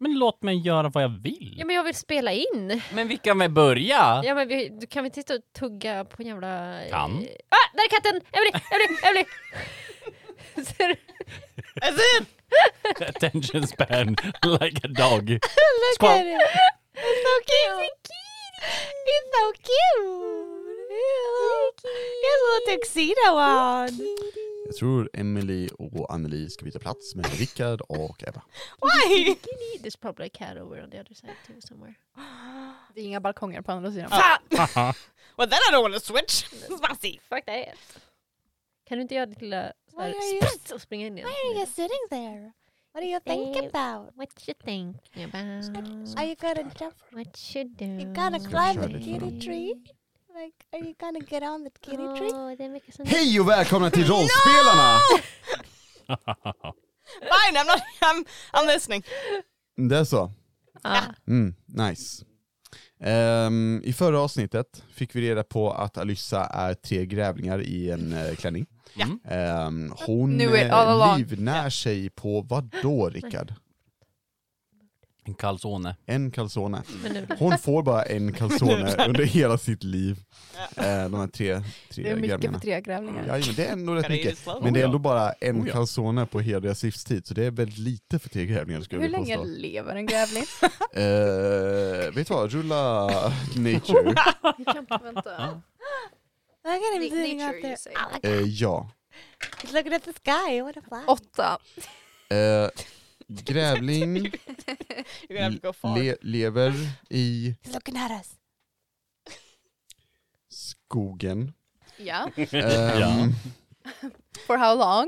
Men låt mig göra vad jag vill. Ja, men jag vill spela in. Men vi kan väl börja? Ja, men du kan vi titta och tugga på en jävla... Kan. Där är katten! Emily! Ser du? Attention span like a dog. Look at it. It's so cute. It's so cute. He has a little tuxedo on. Jag tror Emily och Anneli ska byta plats med Rickard och Eva. Why? There's probably a cat over on the other side too somewhere. Det är inga balkonger på andra sidan. Well, then I don't want to switch. Spicy. Fuck that. Kan du inte göra ditt lilla Why are you- sprutt och springa in igen? Why are you sitting there? What do you think about? What you think about? Are you gonna jump? What you do? You gonna climb the kitty tree? Like, are you gonna get on the kitty tree? Det är mycket sånt. Hej och välkomna till Rollspelarna! Fine, I'm listening. Det är så. Nice. I förra avsnittet fick vi reda på att Alyssa är 3 grävlingar i en klänning. Hon Knew it all along. livnär sig på vad då, Rickard? En calzone. En calzone. Men Hon får bara en calzone under hela sitt liv. De här 3 Det är mycket grävlingarna. för 3 grävlingar. Ja, men det är ändå rätt Gotta eat it mycket. slow. Men det är ändå bara en Oh ja. calzone på hela deras livstid. Så det är väldigt lite för 3 grävlingar, skulle Hur jag länge påstå. lever en grävling? Vet du vad? Rulla nature. Vänta. Look at him sitting out there. Ja. He's looking at the sky. What a fly. 8. Grävling You're gonna have to go far. lever i He's looking at us. skogen. Ja. Ja. For how long?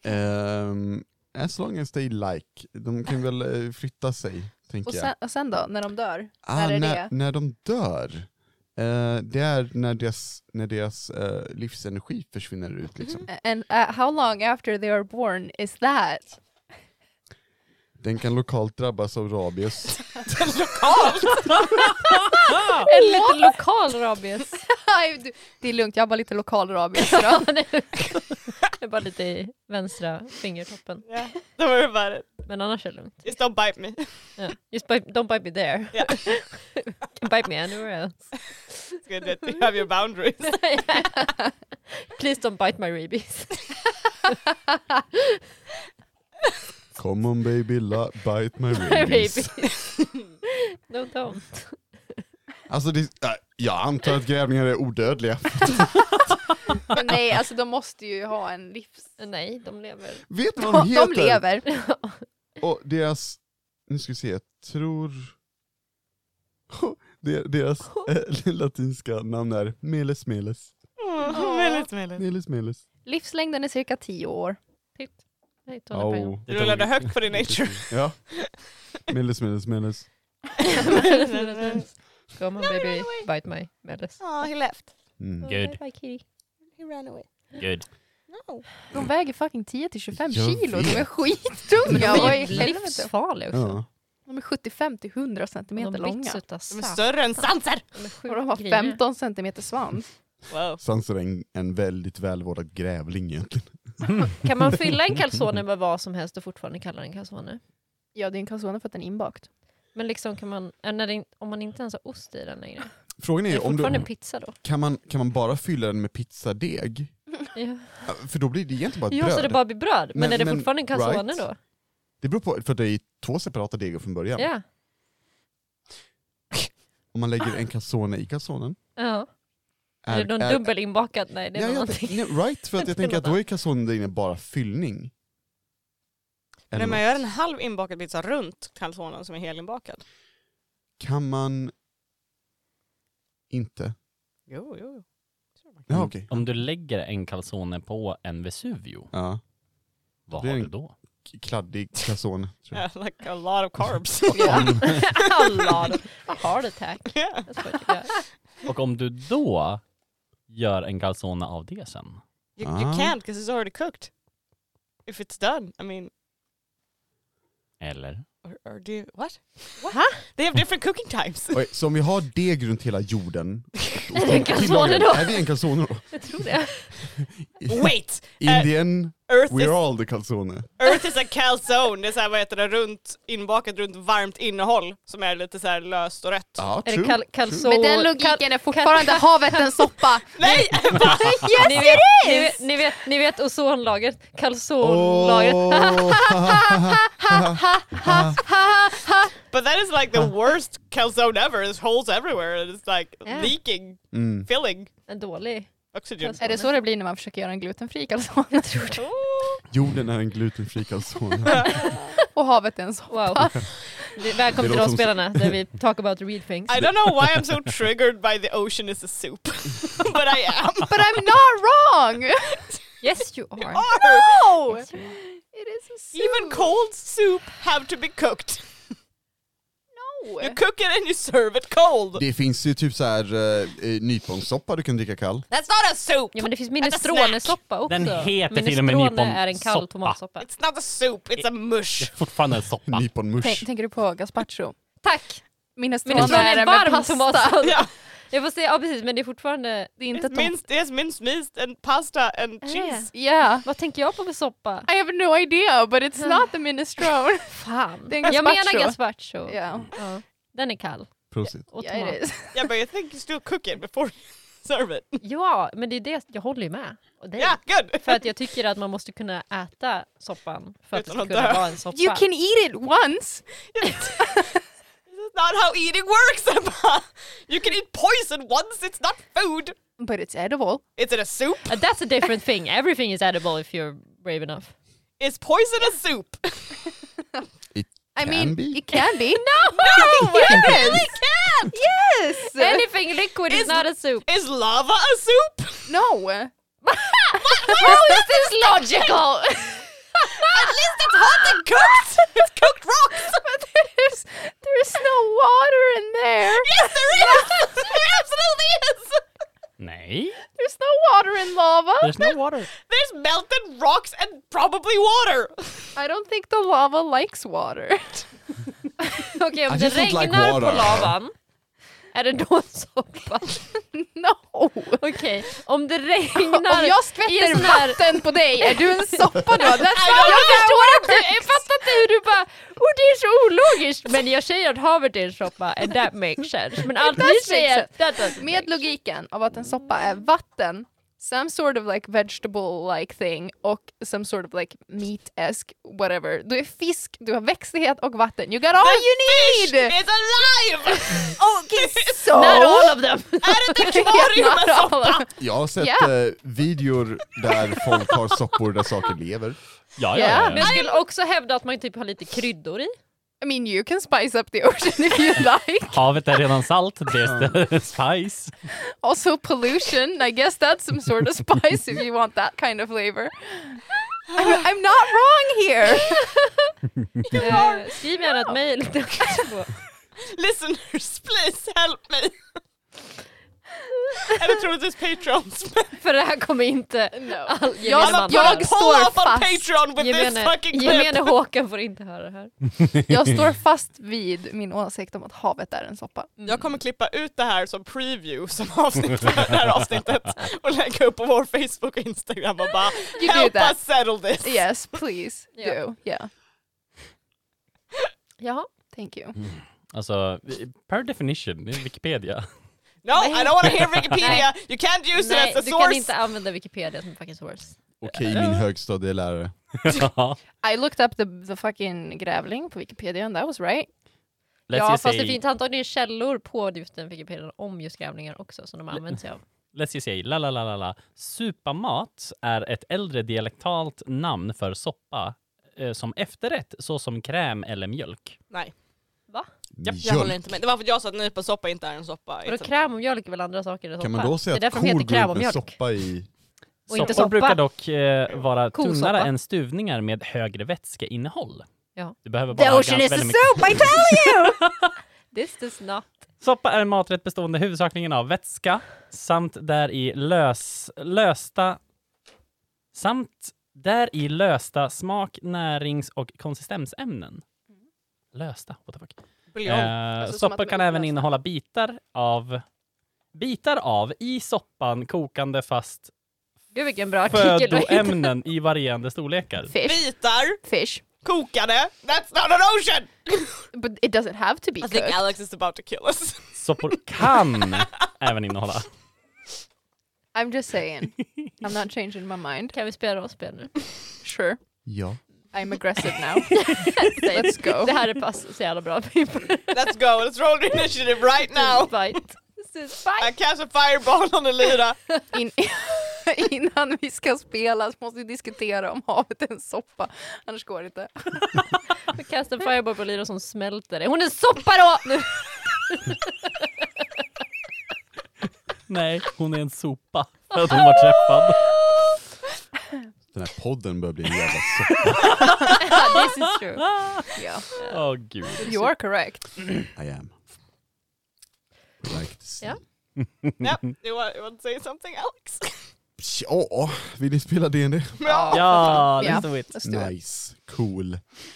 As long as they like. De kan väl flytta sig, tänker jag. Och sen då, när de dör? när är det? När de dör. Det är när deras livsenergi försvinner ut liksom. And how long after they are born is that? Den kan lokalt drabbas av rabies. En liten lokal rabies. Det är lugnt, jag har bara lite lokal rabies idag. Det är bara lite i vänstra fingertoppen. Yeah, don't worry about it. Men annars är det lugnt. Just don't bite me. Ja. Just don't bite me there. Yeah. You can bite me anywhere else. It's good that you have your boundaries. Please don't bite my rabies. Come on baby, bite my My rabies. rabies. No, don't. Alltså jag antar att grävlingar är odödliga. Men nej, alltså de måste ju ha en Nej, de lever. Vet du vad de heter? De lever. Och deras, nu ska vi se, jag tror deras latinska namn är Meles. Melis. Livslängden är cirka 10 år. Titt. Nej, ta pengar. Du rullade högt på din nature. Ja. Meles. Come on baby, bite my melis. Oh, he left. Good. Bye kitty. He ran away. Good. No. De väger fucking 10-25 Jag kilo. De är vet. skittunga. Vad i De är helvete? livsfarliga också. Ja. De är 75-100 De centimeter långa. bits utav De är saft. större än svanser. De är Och sjukt de har griniga. 15 centimeter svans. Wow. Sanser är en väldigt välvårdad grävling egentligen. Kan man fylla en calzone med vad som helst och fortfarande kalla den calzone? Ja, det är en calzone för att den är inbakt. Men liksom kan man, om man inte ens har ost i den längre. Frågan Är det är om fortfarande pizza då? kan man bara fylla den med pizzadeg? Ja, För då blir det egentligen bara ett ja så bröd. det bara blir bröd. Men är det Men- fortfarande en calzone right. då? Det beror på, för det är 2 separata degar från början. Ja. Om man lägger en calzone i calzonen. Ja. Är det någon dubbel inbakad? Nej, det är Ja, någonting. right, för att jag Det tänker att var då är calzonen där inne bara fyllning. Eller När man något. gör en halv inbakad pizza runt calzonen som är helinbakad. Kan man inte? Jo. Ja, okej. Om du lägger en calzone på en Vesuvio, Ja. vad Det är har en- du då? Kladdig calzone, tror jag. Yeah, like a lot of carbs. Alla. Heart attack. Yeah. That's what you got. Och om du då gör en calzone av det sen? You Ah. can't because it's already cooked. If it's done, I mean, Eller? or do you, what? Huh? They have different cooking times. Okej, så om vi har deg runt hela jorden ost. Är det en calzone då? Är vi en calzone då? Jag tror det. Wait! Indian, Earth, is, we're all the calzone. Earth is a calzone. Det är så här, vad heter det, inbakat runt varmt innehåll som är lite så här löst och rött. Ja, Är true. det calzone? Med den logiken är fortfarande havet en soppa. Nej! Ni vet ozonlagret, calzonlagret. But that is like the worst calzone ever. There's holes everywhere and it's like Yeah. leaking, Mm. filling En dålig. oxygen. Är det så det blir när man försöker göra en glutenfri calzone? Jag tror det. Jorden är en glutenfri calzone. Och havet är en soppa. Wow. Välkommen Det till låter rollspelarna där vi talk about real things. I don't know why I'm so triggered by the ocean is a soup. But I am. But I'm not wrong! Yes you are. No! Yes, you are. It is a soup. Even cold soup have to be cooked. No! You cook it and you serve it cold. Det finns ju typ så här nyponsoppa du kan dricka kall. That's not a soup! Ja men det finns That's a minestronesoppa också. Den heter till och med Minestrone är en kall nyponsoppa. tomatsoppa. It's not a soup, it's a mush. Det är fortfarande en soppa. Nyponmush. Tänker du på gazpacho? Tack! Minestrone Minestrone är är med varm pasta. tomatsås. Yeah. Jag får säga, ja precis, men det är fortfarande... Det är inte It's minced meat and pasta and cheese. Yeah. Vad tänker jag på för soppa? I have no idea, but it's not the minestrone. Fan. Det är en Jag gazpacho. menar gazpacho. Yeah. Ja. Den är kall. Prosit. Och Yeah, tomat. it is. Yeah, but I think you still cook it before you serve it. Ja, men det är det jag håller ju med. Och det Yeah, good. För att jag tycker att man måste kunna äta soppan för att det Utan ska att kunna dö. vara en soppa. You can eat it once. This is not how eating works, Emma. You can eat poison once, it's not food. But it's edible. Is it a soup? That's a different thing. Everything is edible if you're brave enough. Is poison a soup? I mean, be? it can be. No! Yes! It really can't! Yes! Anything liquid is not a soup. Is lava a soup? No! How is this logical? At least it's hot and cooked. It's cooked rocks. But there's no water in there. Yes, there is. There absolutely is. Nej, There's no water in lava. there's no water. There's melted rocks and probably water. I don't think the lava likes water. Okej, om I det just don't like regnar på water. lavan, är det då en soppa? No! Okej, om det Om regnar jag i skvätter en sån här... vatten på dig, är du en soppa då? That's Jag förstår inte, jag fattar inte hur du bara det är så ologiskt, men jag säger att havet är en soppa and that makes sense. Men allt ni does make säger, sense. that doesn't Med make logiken av att en soppa är vatten, some sort of like vegetable-like thing och some sort of like meat-esque whatever. Du är fisk, du har växtlighet och vatten. You got all you Fish need! is alive. Okay, so... Not all of them! Är det ett akvarium med Not all of soppa? Jag har sett Yeah. videor där folk har soppor där saker lever. Ja, Ja, ja, Men ja. jag skulle också hävda att man typ har lite kryddor i. I mean, you can spice up the ocean if you like. Havet är redan salt, there's the spice. Also pollution, I guess that's some sort of spice if you want that kind of flavor. I'm not wrong here. Skriv gärna ett mejl. Listeners, please help me. Eller troligtvis Patrons. För det här kommer inte No. all Jag gemene man jag höra. Pull står up on fast. Patreon with this fucking clip. Gemene Håkan får inte höra det här. Jag står fast vid min åsikt om att havet är en soppa. Jag kommer klippa ut det här som preview som avsnitt för det här avsnittet och lägga upp på vår Facebook och Instagram och bara You do help that. us settle this. Yes, please Ja. do. Yeah, Jaha. thank you. Alltså, per definition, det är Wikipedia. No, I don't want to hear Wikipedia. You can't use Nej, it as a du kan source. inte använda Wikipedia som fucking source. Okej, min högstadielärare. Ja. I looked up the fucking grävling på Wikipedia and that was right. Let's Ja, just fast det say, finns antagligen källor på just den Wikipedia om just grävlingar också som de använder sig av. let's just say, la. Supamat är ett äldre dialektalt namn för soppa som efterrätt, såsom kräm eller mjölk. Nej, Va? jag håller inte med. Det var för att jag sa att nyponsoppa inte är en soppa. Och då kräm och mjölk är väl andra saker än soppa? Kan man då säga det är att därför de kor heter kräm går och upp med mjölk. soppa i... Och inte Soppor soppa. brukar dock vara Kosoppa. tunnare än stuvningar med högre vätskeinnehåll. Ja. Du behöver bara The ha ocean is a väldigt mycket- soup, I tell you! This does not. Soppa är en maträtt bestående huvudsakligen av vätska samt där i lösta smak, närings- och konsistensämnen. Lösta, what the fuck. Buljong. Alltså som att Soppor de kan är även upplösta. innehålla bitar av bitar av i soppan kokande fast Gud vilken bra artikel. födoämnen i varierande storlekar. Fish. Bitar, Fish. kokade. That's not an ocean! But it doesn't have to be I think cooked. Alex is about to kill us. Soppor kan även innehålla. I'm just saying. I'm not changing my mind. Kan vi spela rollspel nu? Sure. Ja. I'm aggressive now. Let's go. Det här är pass så jävla bra. Let's go, let's roll the initiative right now. Fight. This is fight. I cast a fireball on the lyra. Innan vi ska spela så måste vi diskutera om havet är en soppa. Annars går det inte. Vi kastar en fireball på Lyra som smälter det. Hon är soppa då! Nej, hon är en sopa. För att hon var träffad. Den här podden börjar bli en jävla soppa. This is true. Yeah. Åh gud. You are correct. I am. Like to see. Ja. Yep, you want to say something, Alex? Ja, vill ni spela D&D? Ja, Ja. let's do it. Let's do it. Nice, cool.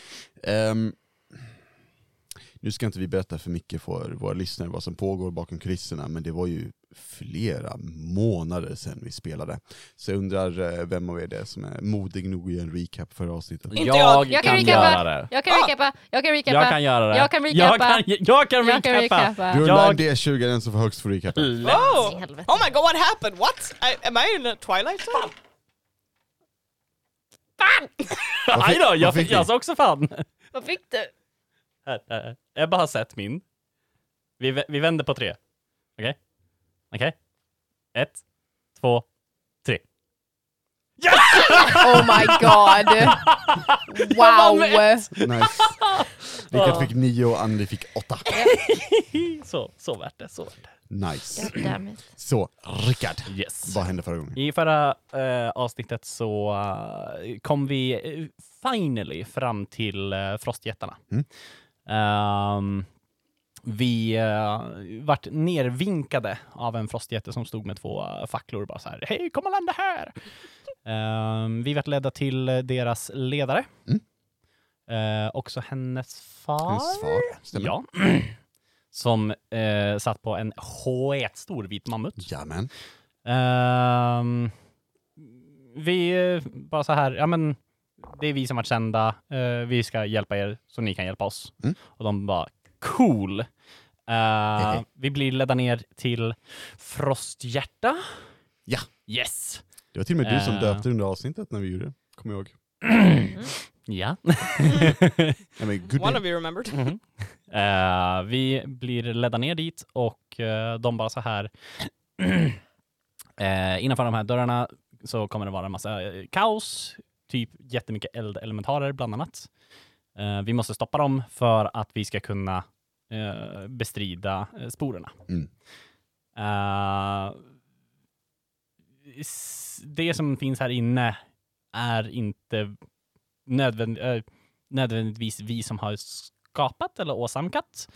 Nu ska inte vi berätta för mycket för våra lyssnare vad som pågår bakom kulisserna, men det var ju flera månader sedan vi spelade. Så jag undrar vem av er det som är modig nog att göra en recap för avsnittet. Jag Jag kan kan göra recapa. det. Jag kan recapa. Jag kan recapa. Jag kan göra det. Jag kan recapa. Jag kan recapa. Du rullar en D20, den som får högst för recapa. Oh! I helvete. Oh my god, what happened? What? Am I in a Twilight Zone? Aj då, jag fick fick alltså också fan. Vad fick du? Här. Ebba har sett min. Vi vänder på 3. Okej? Okej? 1, 2, 3. Oh my god. Wow. Nice. Rickard fick 9 och Andy fick 8. Så värt det, så värt det. Nice. Goddammit. Så, Rickard. Yes. Vad hände förra gången? I förra avsnittet så kom vi finally fram till frostjättarna. Vi vart nervinkade av en frostjätte som stod med 2 facklor bara så här: hej, kom och landa här! Vi vart ledda till deras ledare. Också hennes far. Hennes far, stämmer. Ja. Som satt på en stor vit mammut. Jamen. Vi bara så här, ja men det är vi som varit kända, vi ska hjälpa er så ni kan hjälpa oss. Och de bara, cool. Vi blir ledda ner till Frosthjärta. Ja. Yes. Det var till och med du som döpte under avsnittet när vi gjorde det. Kommer jag ihåg. Ja. I mean, good One name. of you remembered. Vi blir ledda ner dit och de bara så här innanför de här dörrarna så kommer det vara en massa kaos, typ jättemycket eldelementarer bland annat. Vi måste stoppa dem för att vi ska kunna bestrida sporerna. Det som finns här inne är inte nödvändigtvis vi som har skapat eller åsamkat.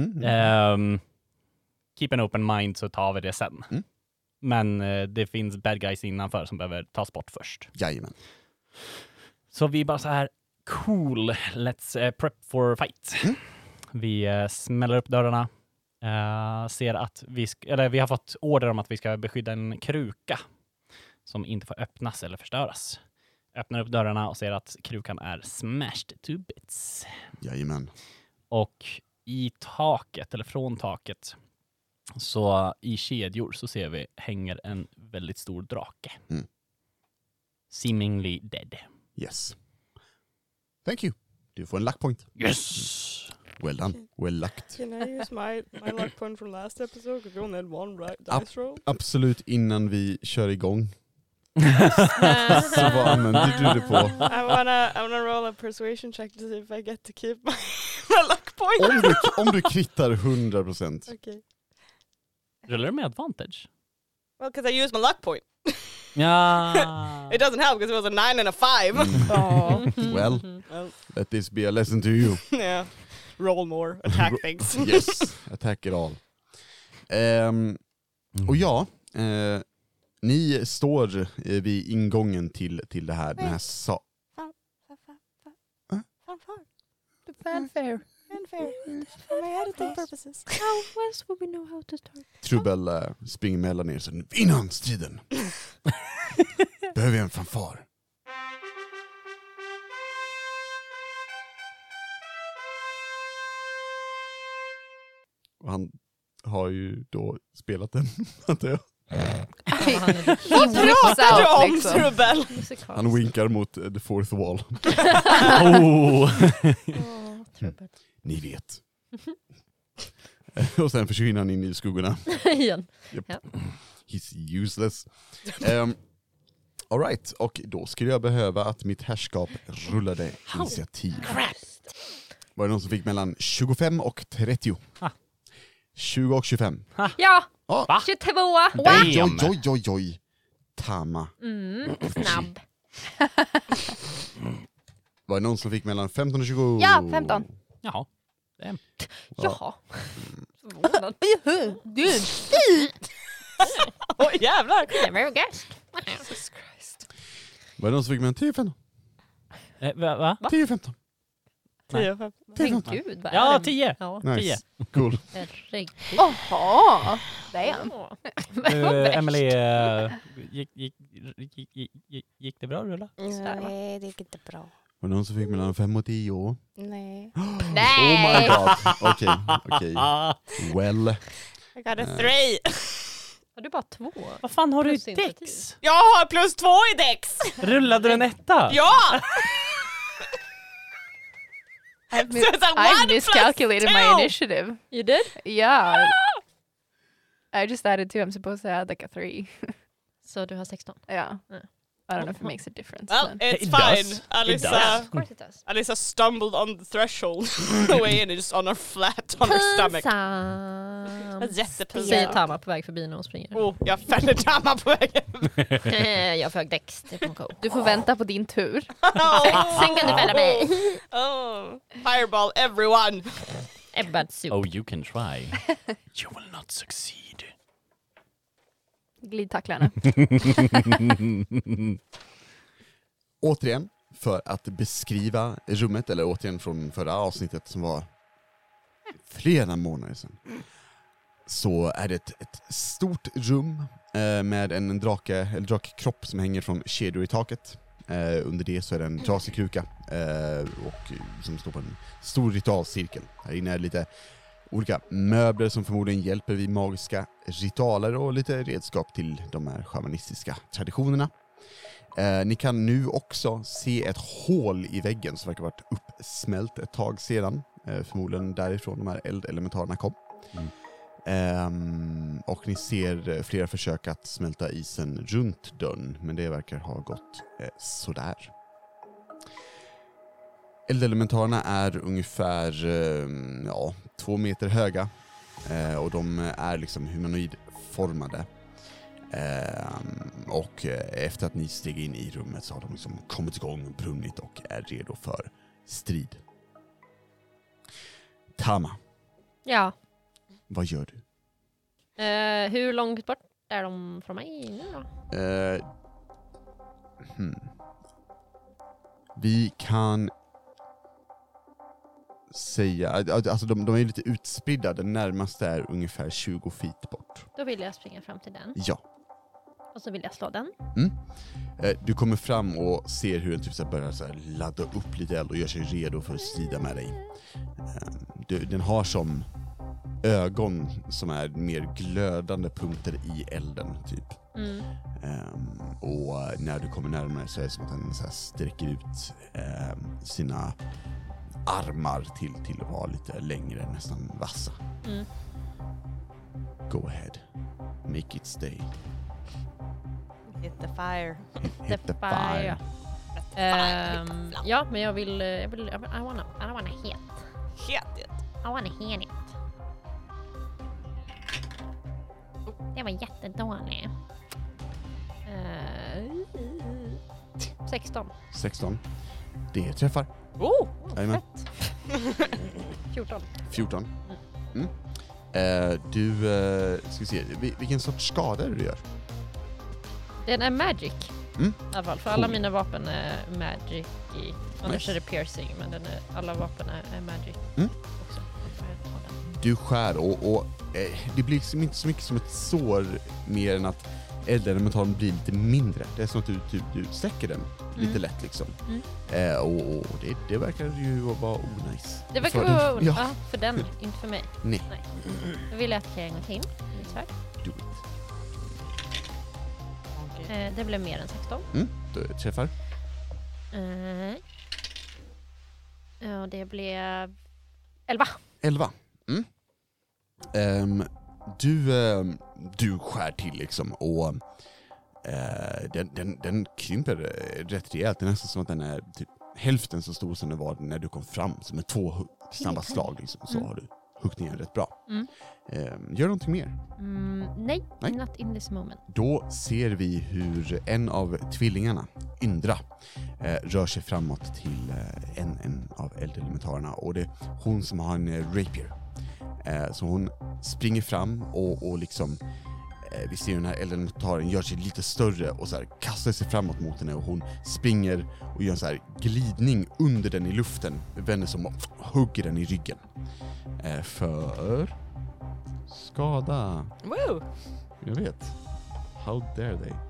Keep an open mind så tar vi det sen. Men det finns bad guys innanför som behöver tas bort först. Jajamän. Så vi bara så här, cool, let's prep for fight. Vi smäller upp dörrarna. Ser att vi har fått order om att vi ska beskydda en kruka som inte får öppnas eller förstöras. Öppnar upp dörrarna och ser att krukan är smashed to bits. Jajamän. Och i taket, eller från taket, så i kedjor så ser vi hänger en väldigt stor drake. Seemingly dead. Yes. Thank you. Du får en luck point. Yes! Well done. Well lucked. Can I use my luck point from last episode? Because we only had one dice roll. Absolut innan vi kör igång. Så vad använder du det på? I wanna roll a persuasion check to see if I get to keep my luck point. Om du kvittar 100%. Okay. Rullar du med advantage? Well, because I used my luck point. Ja. It doesn't help because it was a 9 and a 5. Well, Well, let this be a lesson to you. yeah. Roll more, attack things. Yes, attack it all. Och ja, ni står vid ingången till den här Fanfare. Unfair. For my editing purposes. How else would we know how to start? Trubbel springer mellan er sen. Innan striden behöver jag en fanfar. Och han har ju då spelat den, antar jag. He whips out liksom. Trubbel? Han winkar mot the fourth wall. Ni vet. Och sen försvinner han in i skuggorna. Igen. Yep. Ja. He's useless. All right, och då skulle jag behöva att mitt härskap rullade initiativ. Var det någon som fick mellan 25 och 30? 20 och 25. Ja, Ja. 22. Oj. Tama. Snabb. Var det någon som fick mellan 15 och 20? Ja, 15. Jaha. Jaha. Oj, jävlar. Never guessed. Jesus Christ. Var det någon som fick mellan 10 och 15? Va? 10 och 15. 10 och 15. Men gud, vad är Ja, det? 10. Ja, Nice. Cool. herregud. Jaha. Damn. Emily, gick det bra att rulla? Nej, det gick inte bra. Var det någon som fick mellan 5 och 10? Nej. Oh my Nej. god. Okej. Well. I got a 3. Har du bara 2? Vad fan har du i Plus initiativ. Dex? Jag har plus 2 i Dex. Rullade du en etta? Ja! I've So it's a 1 miscalculated plus my 2. initiative. You did? Yeah. I just added 2. I'm supposed to add like a 3. Så du har 16? Yeah. Mm. I don't know if it makes a difference. Well, but- it's It fine. does. Alyssa, Of course it does. Alyssa stumbled on the threshold away and just on her flat on her stomach. Pinsam. Jättepinsamt. Säger Tama på väg förbi när hon springer. Oh, jag fällde Tama på vägen. Jag får Dex, det kommer gå. Du får vänta på din tur. Sen kan du fälla mig. Oh, fireball everyone. Ebbad soup. Oh, you can try. You will not succeed. Glidtacklarna. Återigen, för att beskriva rummet, eller återigen från förra avsnittet som var flera månader sedan, så är det ett stort rum med en drakkropp som hänger från kedjor i taket. Under det så är det en trasig kruka och som står på en stor ritualcirkel. Här inne är det lite olika möbler som förmodligen hjälper vid magiska ritualer och lite redskap till de här shamanistiska traditionerna. Ni kan nu också se ett hål i väggen som verkar ha varit uppsmält ett tag sedan. Förmodligen därifrån de här eldelementarerna kom. Och ni ser flera försök att smälta isen runt dörren, men det verkar ha gått sådär. Eldelementarerna är ungefär 2 meter höga och de är liksom humanoidformade. Och efter att ni steg in i rummet så har de liksom kommit igång, brunnit och är redo för strid. Tama, Ja. vad gör du? Hur långt bort är de från mig nu då? Vi kan säga, alltså de är lite utspridda, den närmaste är ungefär 20 feet bort. Då vill jag springa fram till den. Ja. Och så vill jag slå den. Du kommer fram och ser hur den typ så här börjar så här ladda upp lite eld och gör sig redo för att strida med dig. Den har som ögon som är mer glödande punkter i elden typ. Och när du kommer närmare så är det som att den så här sträcker ut sina armar till att vara lite längre, nästan vassa. Go ahead. Make it stay. Hit the fire. Hit the fire. Ja, men jag vill I wanna hit. Hit it. I wanna hit it. Det var jättedåligt. 16. 16. Det träffar. Oh, Jajamän. 14. 14. Du, ska vi se, vilken sorts skador du gör? Den är magic. Mm. I alla fall, för alla mina vapen är magic i. Annars är det piercing, men alla vapen är magic också. Du skär och det blir liksom inte så mycket som ett sår mer än att eldelementalen blir lite mindre. Det är som att du sträcker den lite lätt liksom. Och det verkar ju vara onajs. Det verkar vara för den, inte för mig. Nej. Då vill jag att jag en gång till. Do it. Det blev mer än 16. Du träffar. Ja, det blev 11. 11. Du skär till liksom och den krymper rätt rejält. Det är nästan som att den är typ hälften så stor som den var när du kom fram. Så med 2 snabba slag liksom, så har du huggt ner rätt bra. Gör någonting mer? Nej, not in this moment. Då ser vi hur en av tvillingarna, Yndra, rör sig framåt till en av eldelementarerna. Och det är hon som har en rapier. Så hon springer fram och liksom vi ser den här elementaren gör sig lite större och så här kastar sig framåt mot henne och hon springer och gör en så här glidning under den i luften, vänder som och hugger den i ryggen. För skada. Woo! Jag vet. How dare they?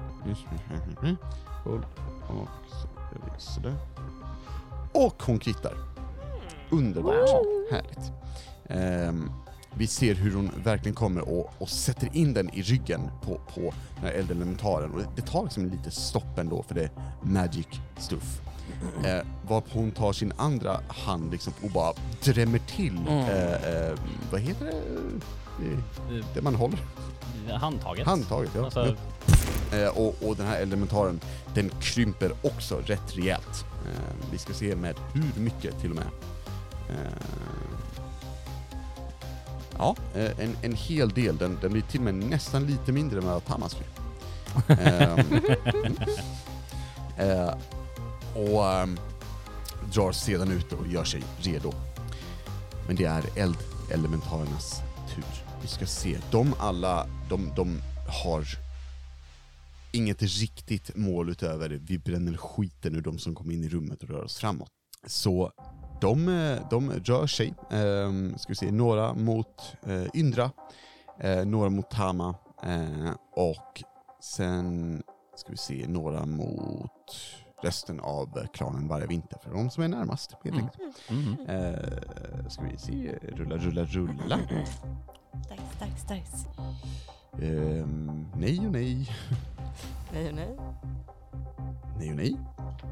Och hon kritar. Underbart. Härligt. Vi ser hur hon verkligen kommer och sätter in den i ryggen på den här eldelementaren. Och det tar liksom lite stopp ändå för det är magic stuff. Varpå hon tar sin andra hand liksom och bara drämmer till. Vad heter det? Det man håller? Handtaget. Handtaget, ja. Alltså... Och den här elementaren, den krymper också rätt rejält. Vi ska se med hur mycket till och med. Ja, en hel del. Den blir till och med nästan lite mindre än vad Tamas blir. Drar sedan ut och gör sig redo. Men det är eldelementarernas tur. Vi ska se. De alla, de har inget riktigt mål utöver vi bränner skiten ur de som kommer in i rummet och rör oss framåt. Så de rör sig. Ska vi se, några mot Yndra, några mot Tama och sen ska vi se några mot resten av klanen varje vinter för de som är närmast helt enkelt. Ska vi se, rulla. Dice. Nej och nej. Nej och nej. Nej och nej.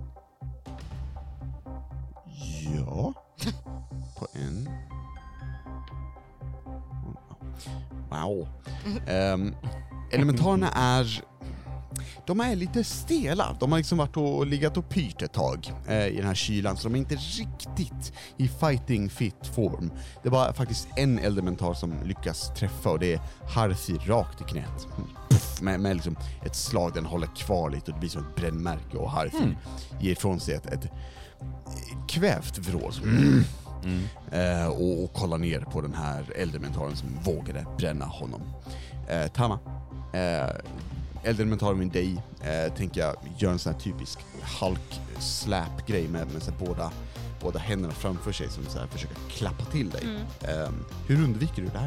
Ja. På en. Wow. Elementarerna är... De är lite stela. De har liksom varit och legat och pyrt ett tag i den här kylan, så de är inte riktigt i fighting fit form. Det var faktiskt en elementar som lyckas träffa och det är Harthi rakt i knät. Puff, med liksom ett slag den håller kvar lite och det blir som ett brännmärke och Harthi ger ifrån sig ett kvävt vrål och kollar ner på den här elementaren som vågade bränna honom. Tama, eldelementaren med dig tänker jag gör en sån här typisk Hulk-slap-grej med så båda händerna framför sig som så här försöker klappa till dig. Hur undviker du det här?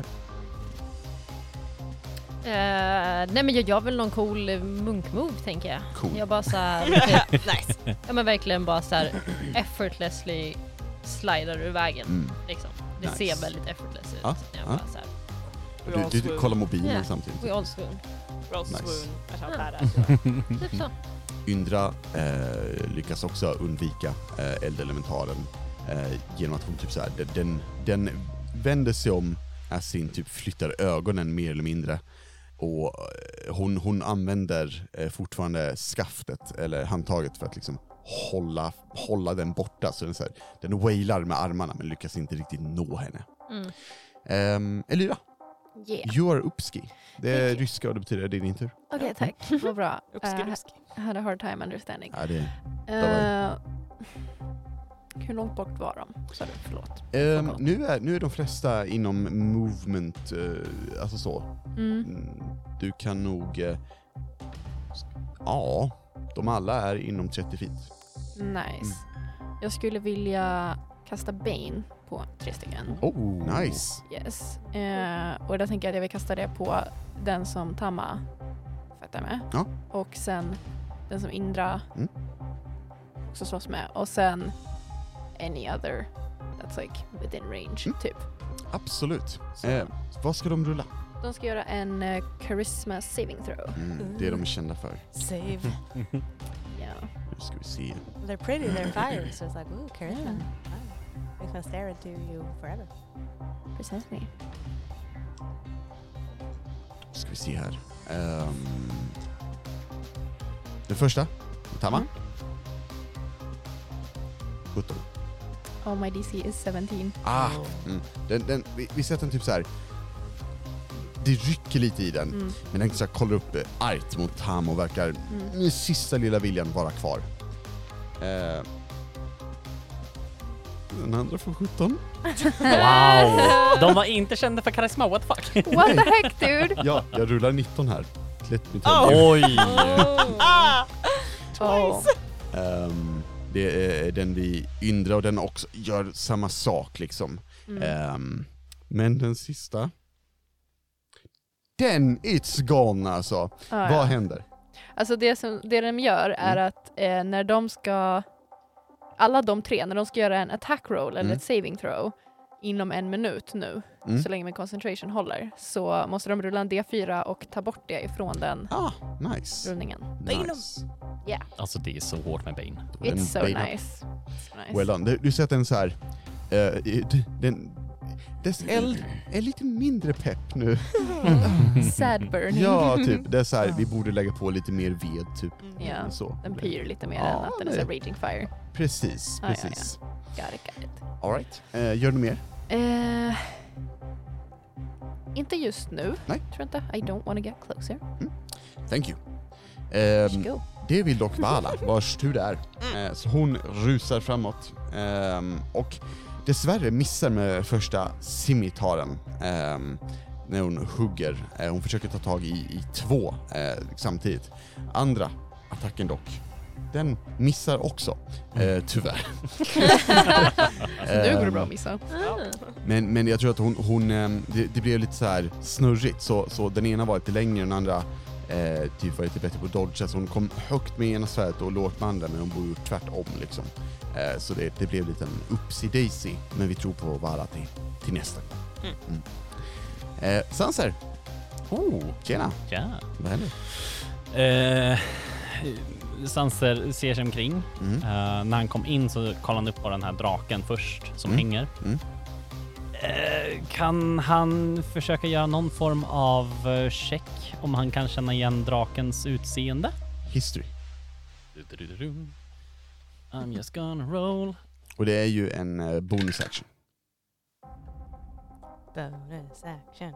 Nej men jag gör väl någon cool munkmove tänker jag. Cool. Jag bara såhär Nice. Ja men verkligen bara såhär effortlessly slidar ur vägen liksom. Det Nice. ser väldigt effortless ut. Ja, Jag ja. bara såhär Du kollar mobilen Yeah. samtidigt. we all swoon. Roll Nice. swoon. I shall Ja. badass. Typ så. Yndra lyckas också undvika eldelementaren genom att hon typ så här, den vänder sig om sin typ flyttar ögonen mer eller mindre och hon använder fortfarande skaftet eller handtaget för att liksom hålla den borta så den wailar med armarna men lyckas inte riktigt nå henne. Elira, Yeah. you are upski. Det är ryska och det betyder det är din tur. Okej, tack. Vad bra. Uppskrift. I had a hard time understanding. Ja, det Hur långt bort var de? Så förlåt. nu är de flesta inom movement, alltså så. Du kan nog... De alla är inom 30 feet. Nice. Jag skulle vilja kasta Bane på 3 stycken. Oh, nice. Yes. Och då tänker jag att jag vill kasta det på den som Tama fötter med. Ja. Och sen den som Indra också slåss med. Och sen any other that's like within range, typ. Absolut. Vad ska de rulla? De ska göra en charisma saving throw. Det är de kända för. Save. Ja. Nu ska vi se. They're pretty, they're fire. So it's like, ooh, charisma. Wow. Makes me stare into you forever. Precisely. Ska vi se här. Den första. Tama. 17. Oh, my DC is 17. Vi sätter den typ så här. Det rycker lite i den. Men den så här kollar upp argt mot Tam och verkar med sista lilla viljan vara kvar. Den andra får 17. Wow! De var inte kända för karisma, what the fuck? What the heck, dude? Ja, jag rullar 19 här. Oj! Det är den vi Indra och den också gör samma sak liksom. Men den sista, den it's gone alltså. Vad händer? Alltså det de gör är att när de ska, alla de 3, när de ska göra en attack roll eller ett saving throw inom 1 minut nu, så länge min concentration håller, så måste de rulla en D4 och ta bort det ifrån den nice. rullningen. Nice. Yeah. Alltså det är så hårt med Bane. It's so Bane nice. Well done. Du ser att den så här, dess eld är lite mindre pepp nu. Sad burning. Ja, typ. Det är så här, vi borde lägga på lite mer ved typ. Ja, Så. den pyr lite mer än att den är så raging fire. Precis. Ja. Got it. All right. Gör du mer? Inte just nu. Nej. Tror inte. I don't want to get closer. Thank you. Go. Det vill dock Vala, vars tur det är. Så hon rusar framåt. Och dessvärre missar med första scimitaren när hon hugger. Hon försöker ta tag i 2 samtidigt. Andra attacken dock, den missar också, tyvärr. Nu går det bra att missa. Men jag tror att hon det blev lite så här snurrigt, så den ena var lite längre än den andra typ var lite bättre på dodge, så hon kom högt med ena svärdet och lågt med andra, men hon borde gjort tvärtom liksom. Så det blev lite en upsy daisy, men vi tror på Vala till nästa gång. Sanser. Tjena. Ja. Vad händer? Sanser ser sig omkring. När han kom in så kollade han upp på den här draken först som hänger. Kan han försöka göra någon form av check om han kan känna igen drakens utseende? History. I'm just gonna roll. Och det är ju en bonus action. Bonus action.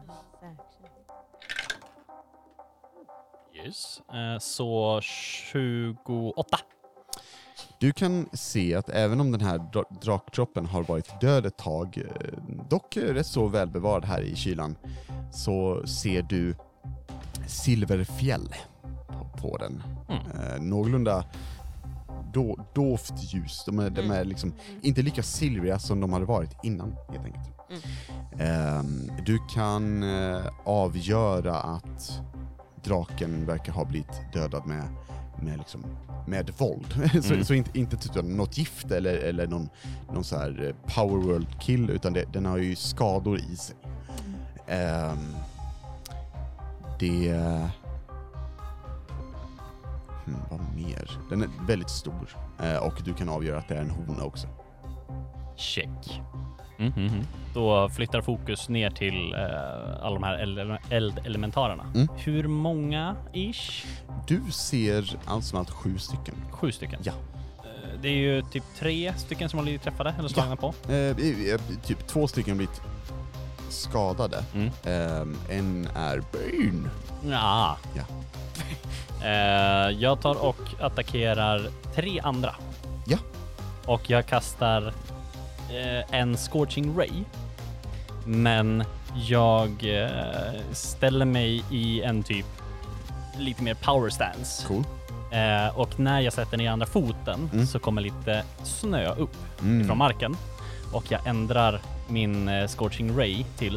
Yes. Så 28. Du kan se att även om den här drakdroppen har varit död ett tag, dock rätt så välbevarad här i kylan, så ser du silverfjäll på den. Någorlunda dovt ljus. De är liksom inte lika silvriga som de hade varit innan, helt enkelt. Du kan avgöra att draken verkar ha blivit dödad med våld. Så inte typ något gift eller någon så här power world kill, utan den har ju skador i sig. Vad mer? Den är väldigt stor, och du kan avgöra att det är en hona också. Check. Då flyttar fokus ner till alla de här eldelementarerna. Hur många ish? Du ser alltså allt 7 stycken. 7 stycken? Ja. Det är ju typ 3 stycken som har blivit träffade eller slagna på. Typ 2 stycken har blivit skadade. En är Bane. Ja. Jag tar och attackerar 3 andra. Ja. Och jag kastar en Scorching Ray. Men jag ställer mig i en typ lite mer power stance. Cool. Och när jag sätter ner andra foten så kommer lite snö upp från marken. Och jag ändrar min Scorching Ray till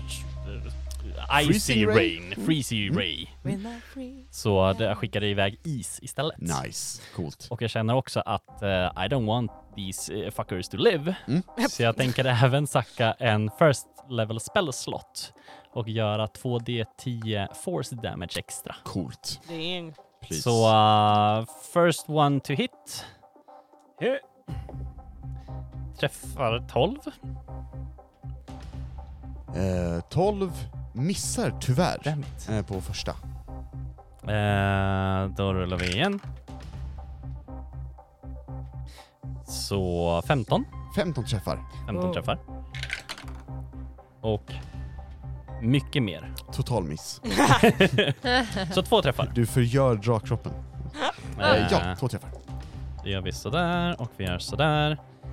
Icy Rain. Freezy Ray. Så jag skickade iväg is istället. Nice, coolt. Och jag känner också att I don't want these fuckers to live. Så jag tänker även sacka en first level spell slot och göra 2d10 force damage extra. Coolt. Dang. Please. Så first one to hit. Träffar 12. 12 missar tyvärr Damn it. på första. Då rullar vi igen. Så 15. 15 träffar. 15 träffar. Och mycket mer. Total miss. Så 2 träffar. Du förgör drakkroppen. Ja, 2 träffar. Det gör vi sådär och vi gör sådär.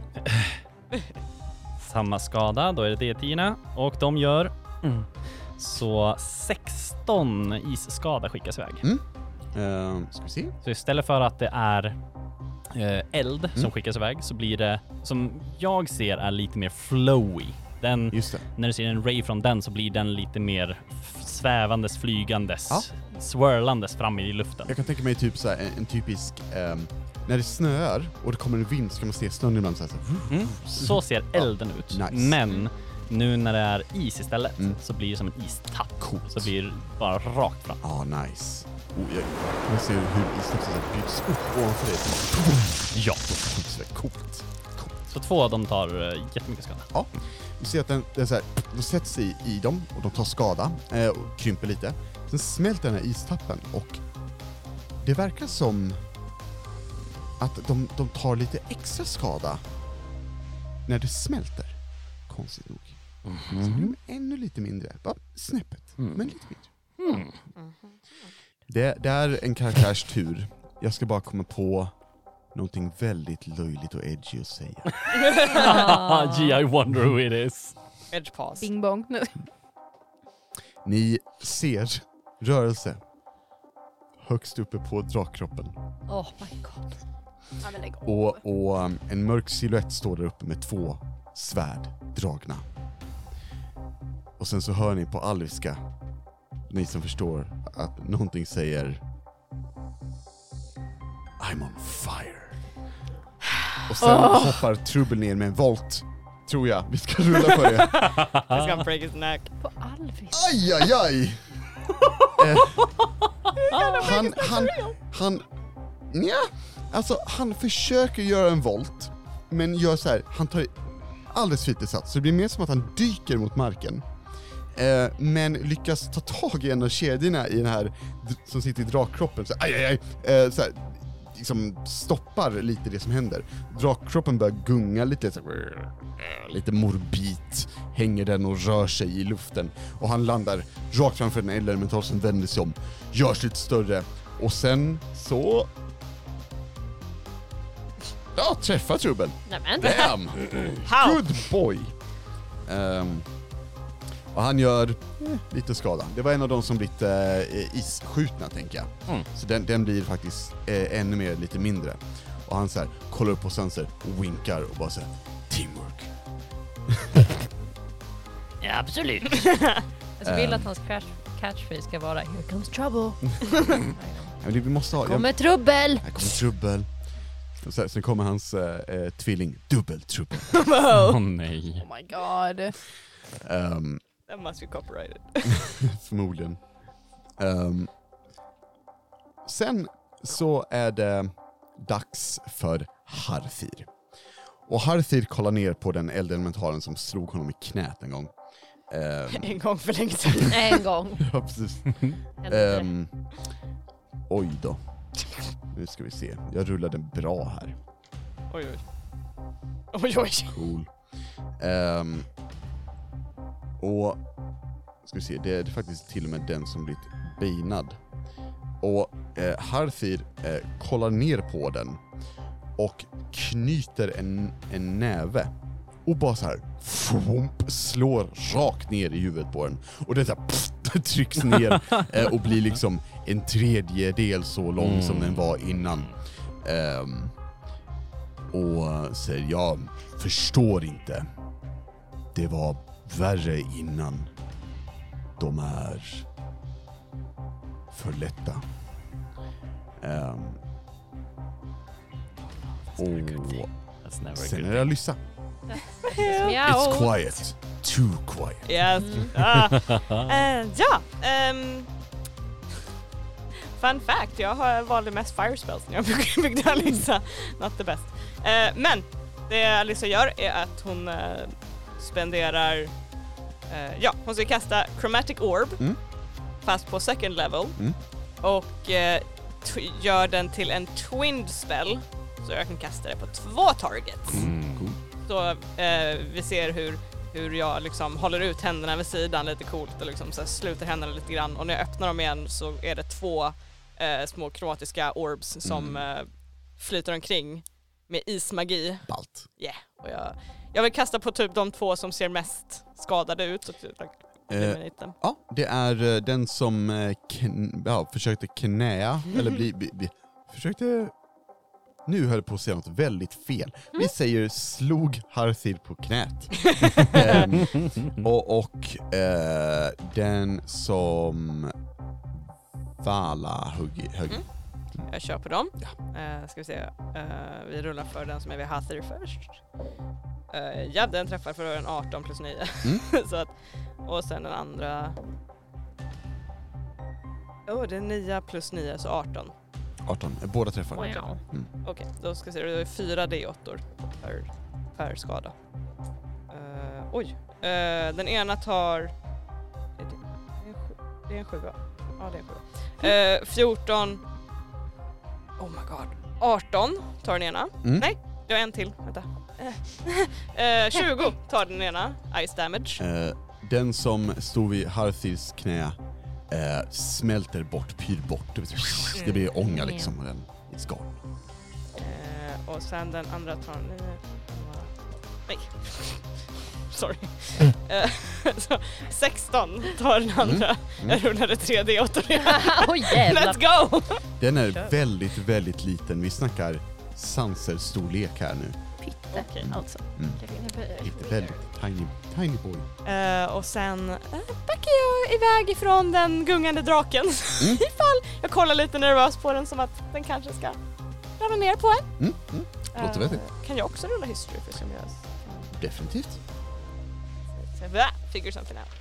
Samma skada, då är det D10 och de gör så 16 isskada skickas iväg. Ska vi se? Så istället för att det är eld som skickas iväg så blir det, som jag ser, är lite mer flowy. Den, Just det. när du ser en ray från den så blir den lite mer svävandes, flygandes, swirlandes fram i luften. Jag kan tänka mig typ så här, en typisk när det snöar och det kommer en vind så kan man se snön ibland så här. Så ser elden ut. Nice. Men nu när det är is istället så blir det som en istapp. Coolt. Så blir det bara rakt fram. Nice. Jag ser hur istappen byggs upp ovanför det. Ja. Coolt. Så 2 av dem tar jättemycket skada. Ja, vi ser att den så här, de sätts i dem och de tar skada och krymper lite. Sen smälter den här istappen och det verkar som att de tar lite extra skada när det smälter. Konstigt nog. Så blir de ännu lite mindre. Bara snäppet, men lite mindre. Det är en karaktärs tur. Jag ska bara komma på någonting väldigt löjligt och edgy att säga. Gee, I wonder who it is. Edge pass. Bing bong nu. Ni ser rörelse högst uppe på drakkroppen. Oh my god. Ja, men lägg av. Och en mörk silhuett står där uppe med 2 svärd dragna. Och sen så hör ni på alviska, ni som förstår, att någonting säger I'm on fire. Och sen hoppar Trubbel ner med en volt. Tror jag. Vi ska rulla på det. He's gonna break his neck. På Alvis. Aj, aj, aj! Han försöker göra en volt, men gör så här, han tar alldeles för lite sats, så det blir mer som att han dyker mot marken. Men lyckas ta tag i en av kedjorna i den här som sitter i drakkroppen, så så här, liksom stoppar lite det som händer. Drakkroppen börjar gunga lite så här, lite morbid, hänger den och rör sig i luften, och han landar rakt framför den elemental som vänder sig om, görs lite större, och sen så träffar Trubbel. Nämen. Damn! How? Good boy! Och han gör lite skada. Det var en av de som blivit isskjutna, tänker jag. Så den blir faktiskt ännu mer, lite mindre. Och han så här, kollar upp på sensor, winkar och bara så här, teamwork. Ja, absolut. Jag vill att hans catchphrase ska vara Here comes trouble. Men vi måste ha... Kommer trubbel! Här kommer Trubbel. Och sen kommer hans tvilling, Dubbeltrubbel. Åh nej. Oh my god. That must be copyrighted. Förmodligen. Sen så är det dags för Harthir. Och Harthir kollar ner på den eldelementaren som slog honom i knät en gång. En gång för länge sedan. En gång. Ja, precis. Oj då. Nu ska vi se. Jag rullade bra här. Oj, oj. Oj, oj. Cool. Och ska vi se, det är faktiskt till och med den som blivit binad. Och Harthir kollar ner på den och knyter en näve och bara så här slår rakt ner i huvudet på den. Och det är så här, trycks ner och blir liksom en tredjedel så lång som den var innan. Och säger, jag förstår inte. Det var värre innan. De är för lätta. Och sen är det Alyssa. It's quiet. Too quiet. Yes. Fun fact, jag valde mest fire spells när jag byggde Alyssa. Not the best. Men det Alyssa gör är att hon spenderar... hon ska kasta Chromatic Orb fast på second level och gör den till en twinned spell så jag kan kasta det på 2 targets. Cool. Så vi ser hur jag liksom håller ut händerna vid sidan lite coolt och liksom så här sluter händerna lite grann och när jag öppnar dem igen så är det 2 små kromatiska orbs som flyter omkring med ismagi. Ballt. Yeah. Och jag vill kasta på typ de 2 som ser mest skadade ut. Och typ, ja, det är den som försökte knäa, eller försökte... Nu höll på att säga något väldigt fel. Vi säger slog Harthir på knät. och den som Vala högg. Jag kör på dem. Ska vi se. Vi rullar för den som är vid Harthir först. Den träffar för en 18 plus 9. Så att, och sen den andra... det är 9 plus 9, så 18. 18, båda träffar. Wow. Okej, då ska vi se. Det är 4 D8 per skada. Den ena tar... Det är en 7. Ja, det är en 7. 14... Oh my god. 18 tar den ena. Nej, jag har en till. Vänta. 20 tar den ena. Ice damage. Den som stod vid Harthirs knä smälter bort, pyr bort. Det blir ånga liksom. Och den är gone. Och sen den andra tar... Nej. Sorry. Så 16 tar den andra. Jag rullade 3D8. Let's go! Den är väldigt, väldigt liten. Vi snackar Sanser-storlek här nu. Pitte, alltså. Väldigt tiny boy. Och sen backar jag iväg ifrån den gungande draken. Ifall jag kollar lite nervös på den som att den kanske ska ramla ner på en. Låter vettigt. Kan jag också rulla history för som jag... Definitivt. Figure something out.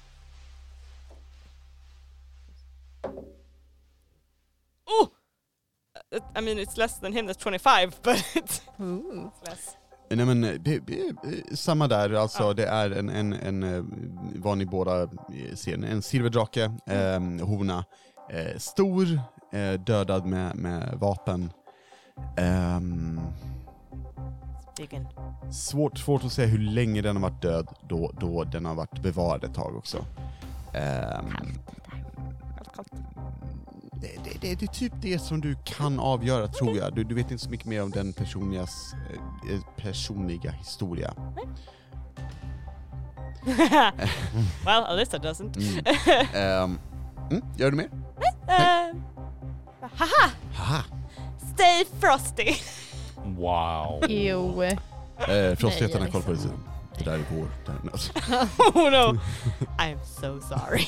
Oh! I mean, it's less than him, that's 25, but it's less. Nej men samma där, alltså det är en vad ni båda ser, en silverdrake, hona, stor, dödad med vapen. Svårt att säga hur länge den har varit död då den har varit bevarad ett tag också. Det är typ det som du kan avgöra, tror jag. Du vet inte så mycket mer om den personliga historia. Well, Alyssa doesn't. Gör du mer? Haha! Stay frosty! Wow. Jo. Frostigheterna koll på det. Det där är vår. Oh no! I'm so sorry.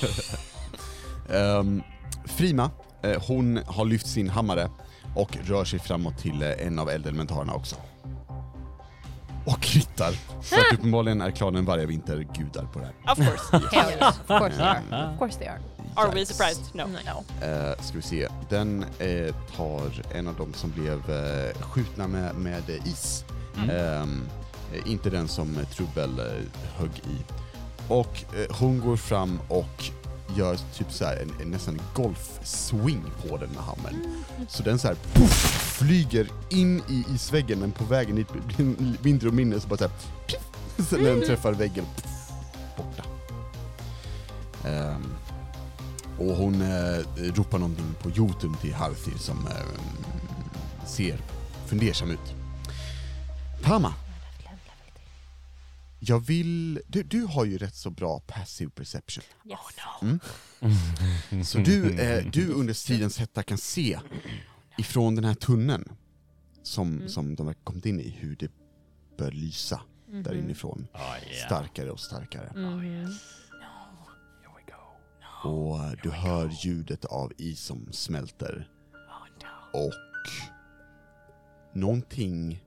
Frima, hon har lyft sin hammare och rör sig framåt till en av eldelementarerna också. Och kryttar. För att uppenbarligen är klanen varje vinter gudar på det här. Of course. Yes. Of course they are. Of course they are. Are we surprised? No. Ska vi se. Den tar en av dem som blev skjutna med is. Inte den som Trubbel högg i. Och hon går fram och gör typ så här en nästan golfswing på den med hammaren. Så den så här flyger in i isväggen, men på vägen dit blir mindre och mindre, så bara så här sen när den träffar väggen borta. Och hon ropar någonting på Jotun till Harthir som ser fundersam ut. Tama. Jag vill... Du har ju rätt så bra passive perception. Yes. Så du under stridens hetta kan se ifrån den här tunneln som de har kommit in i, hur det bör lysa där inifrån. Starkare och starkare. Och du hör ljudet av is som smälter. Och någonting...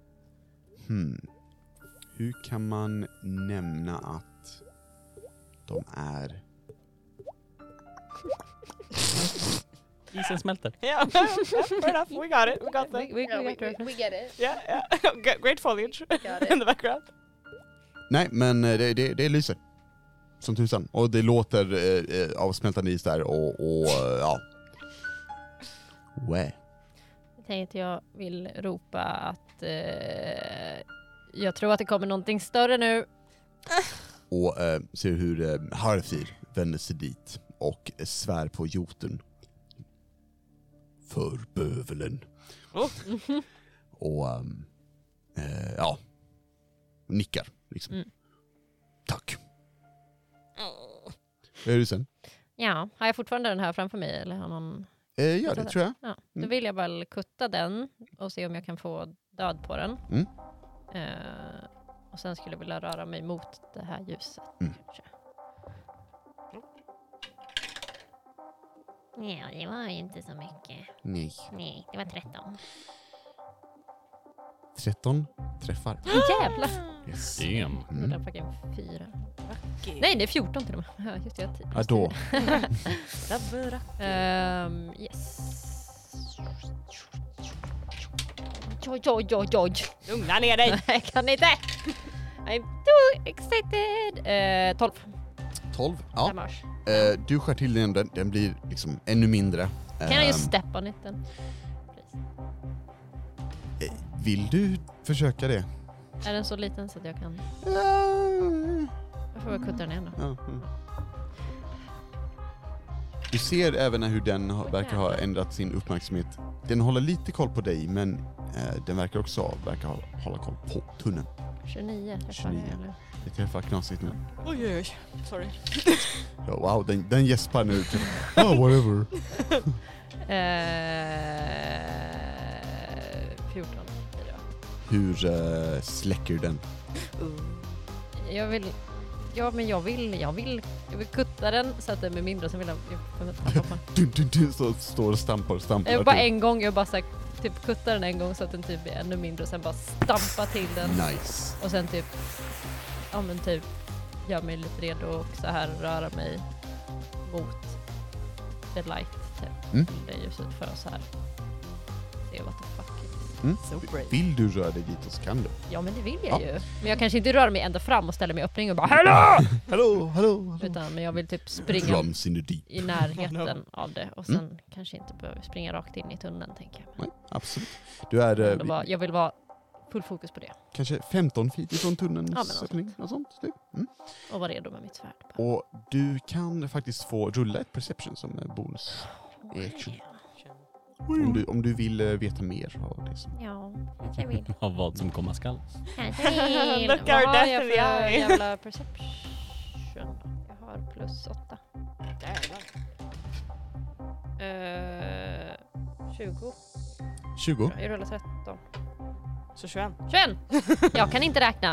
Hur kan man nämna att de är... Isen smälter. Yeah, fair enough. We got it. We got that. We get it. Yeah. Great foliage in the background. Nej, men det lyser. Som tusan. Och det låter av smältande is där och ja. Wow. Jag tänkte jag vill ropa att jag tror att det kommer någonting större nu. Och ser hur Harfir vänder sig dit och svär på Jotun. För bövelen. Och ja, nickar liksom. Tack. Vad är det sen? Ja, har jag fortfarande den här framför mig eller har någon... Ja, det tror jag. Ja, då vill jag väl kutta den och se om jag kan få död på den. Och sen skulle jag vilja röra mig mot det här ljuset. Kanske. Ja, det var inte så mycket. Nej. Nej, det var 13. 13 träffar. Jävlar! Yes. Damn. Det där fucking 4. Nej, det är 14 till och med. Ja, just det, jag har 10. Ja, då. Yes. Oj. Lugna ner dig. Jag kan inte. I'm too excited. 12. 12, ja. Damage. Du skär till den blir liksom ännu mindre. Kan jag ju step on it then? Vill du försöka det? Är den så liten så att jag kan... Jag får väl kutta den igen då. Ja. Du ser även hur den verkar ha ändrat sin uppmärksamhet. Den håller lite koll på dig, men den verkar också hålla koll på tunneln. 29 träffar 29. jag, eller? Det träffar knasigt nu. Oj. Sorry. Ja, wow, den gäspar nu. Whatever. 14. Hur släcker den? Jag vill kutta den så att den blir mindre, så vill jag Du står och stampar. bara en gång, jag bara så här, typ kutta den en gång så att den typ blir ännu mindre och sen bara stampa till den. Nice. Och sen typ typ gör mig lite redo och så här röra mig mot the light typ. Det ljuset för att så här se what the fuck it is. So brave. Vill du röra dig dit så kan du. Ja, men det vill jag ju. Men jag kanske inte rör mig ända fram och ställer mig i öppningen och bara Hallå! Utan men jag vill typ springa i närheten av det och sen kanske inte behöver springa rakt in i tunneln, tänker jag. Nej, absolut. Du är jag vill vara full fokus på det. kanske 15 feet ifrån tunneln. Ja, men något sånt. Och vara redo med mitt svärd. Och du kan faktiskt få rulla ett perception som är bonus. Om du vill veta mer av det som... Ja, jag vill. Av vad som komma skall. Look our Vad har death jag in för the eye. jävla perception? Jag har plus 8. 20. 20. Jag rullar 13. Så 21. 21! Jag kan inte räkna.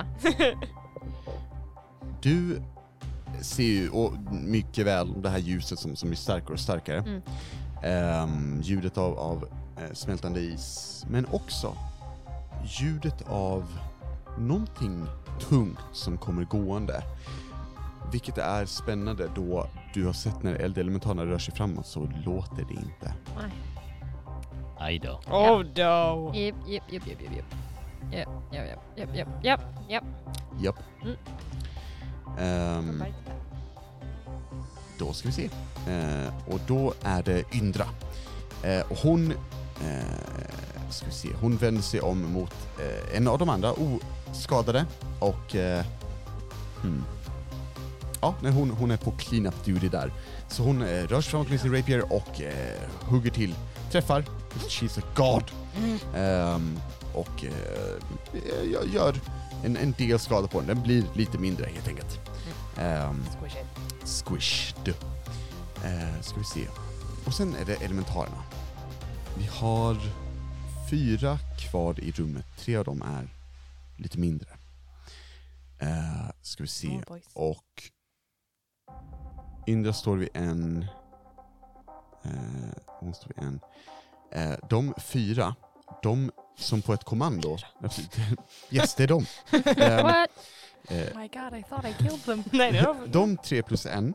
Du ser ju och mycket väl det här ljuset som blir starkare och starkare. Ljudet av smältande is, men också ljudet av någonting tungt som kommer gående. Vilket är spännande då du har sett när eldelementarerna rör sig framåt så låter det inte. Nej. Aj då. Oh no. Japp. Då ska vi se. Och då är det Yndra. Och hon ska vi se. Hon vänder sig om mot en av de andra oskadade och ja, när hon är på clean up duty där. Så hon rör sig framåt med sin rapier och hugger till. Träffar. She's a god. Och gör en del skada på den. Den blir lite mindre helt enkelt. Squished. Ska vi se. Och sen är det elementarerna. Vi har 4 kvar i rummet. 3 av dem är lite mindre. Ska vi se. Och Indra står vid en. Hon står vid en. De 4, de som på ett kommando. Yes, det är de. What? Oh my god, I thought I killed them. De 3 plus 1.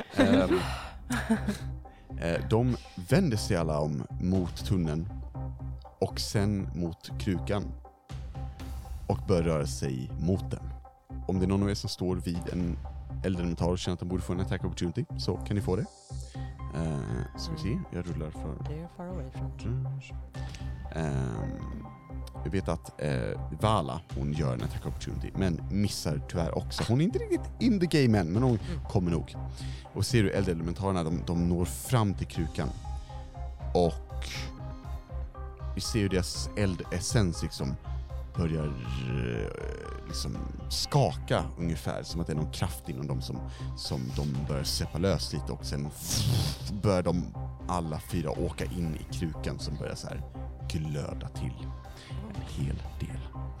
De vänder sig alla om mot tunneln och sen mot krukan och börjar röra sig mot den. Om det är någon av er som står vid en eldelementar och känner att de borde få en attack opportunity, så kan ni få det. Ska vi se, jag rullar för... Jag vet att Vala, hon gör en attack opportunity, men missar tyvärr också. Hon är inte riktigt in the game än, men hon kommer nog. Och ser du eldelementarerna, de når fram till krukan. Och vi ser ju deras eldessens liksom börjar liksom skaka ungefär, som att det är någon kraft inom dem som de börjar släppa lös lite, och sen börjar de alla 4 åka in i krukan som börjar så här glöda till en hel del.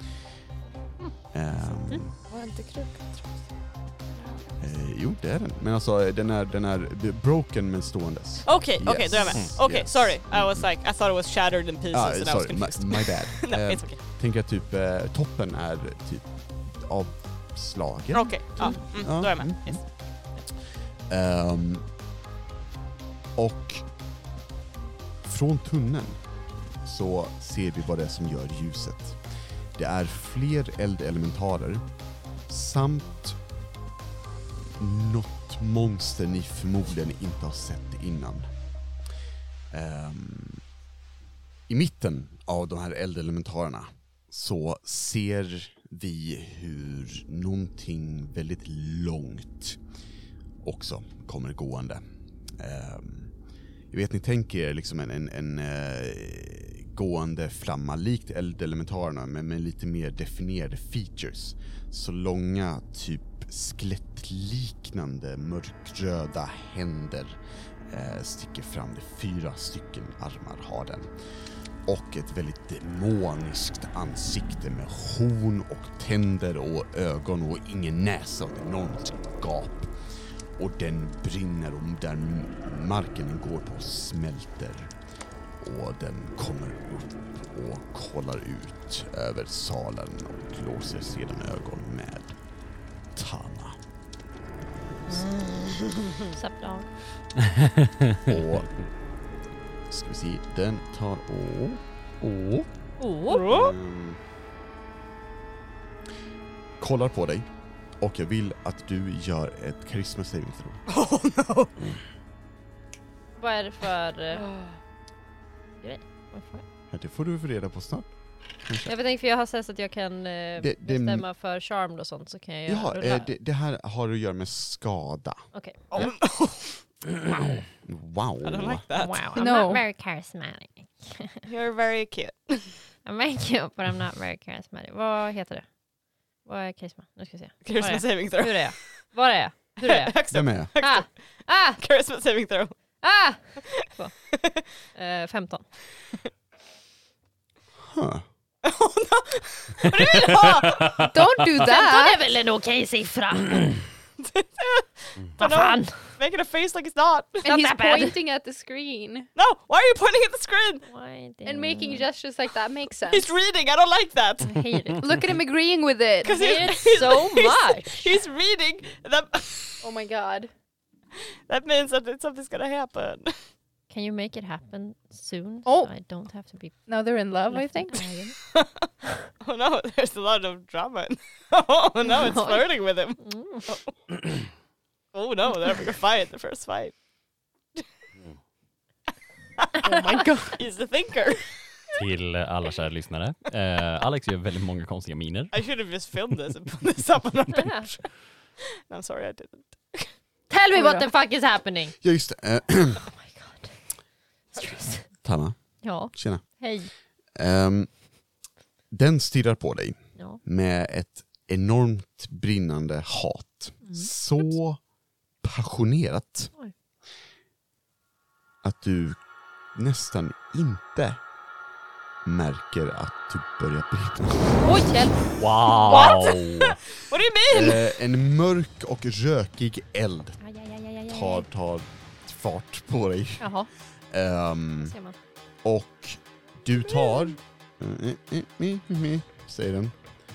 Var inte krukan, tror jag. Jo, det är den. Men alltså den är broken men ståendes. Okej, då är jag med. Okej, Yes. sorry. I thought it was shattered in pieces and I was confused. My bad. No, it's okay. Tänker att typ toppen är typ avslagen. Okej, då är jag med. Yes. Och från tunneln så ser vi vad det är som gör ljuset. Det är fler eldelementarer samt något monster ni förmodligen inte har sett innan. I mitten av de här eldelementarerna så ser vi hur någonting väldigt långt också kommer gående. Jag vet, ni tänker er liksom en gående flamma likt eldelementarerna, men med lite mer definierade features. Så långa, typ skelettliknande mörkröda händer sticker fram. Det 4 stycken armar har den. Och ett väldigt demoniskt ansikte med horn och tänder och ögon och ingen näsa och ett enormt gap. Och den brinner, och där marken går på smälter. Och den kommer upp och kollar ut över salen och låser sedan ögon med Tana. Och ska vi se, den tar kollar på dig, och jag vill att du gör ett charisma saving throw. Oh no! Vad är det för grej? Ja, det får du få reda på snart. Jag vet inte, för jag har sett att jag kan bestämma för charm och sånt, så kan jag göra det här har att göra med skada. Okej. Oh, Wow. I don't like that. Wow, I'm No. not very charismatic. You're very cute. I'm very cute, but I'm not very charismatic. Vad heter det? Vad är charisma? Nu ska vi se. Charisma saving throw. Hur är jag? Var är jag? Hur är jag? Högst Vem upp. är jag? Ah! Charisma saving throw. 15. Huh. Oh no! Vad du vill ha? Don't do 15 that! är väl en okej siffra? Vad fan? Making a face like it's not. And Not he's that bad. pointing at the screen No, why are you pointing at the screen? and making gestures like that makes sense. He's reading. I don't like that. I hate it. Look at him agreeing with it. Because hate it so much. He's reading. Oh my god. That means that something's gonna happen. Can you make it happen soon? Oh. So I don't have to be Now they're in love, I think. Oh no, there's a lot of drama. Oh no, it's flirting with him. Oh no, they're having a fight, the first fight. Oh my god. He's the thinker. Till alla kära lyssnare. Alex gör väldigt många konstiga miner. I should have just filmed this and put this up on our page. No, I'm sorry I didn't. Tell me what the fuck is happening. Ja, just det. Oh my god. Stress. Tana, Ja, tjena. hej. Den stirrar på dig Ja. med ett enormt brinnande hat. Så passionerat Oj. att du nästan inte märker att du börjar brinna. Oj, hjälp! Wow! What do you mean? En mörk och rökig eld Aj, aj, aj, aj, aj, aj. tar fart på dig. Jaha, ser man. Och du tar säger den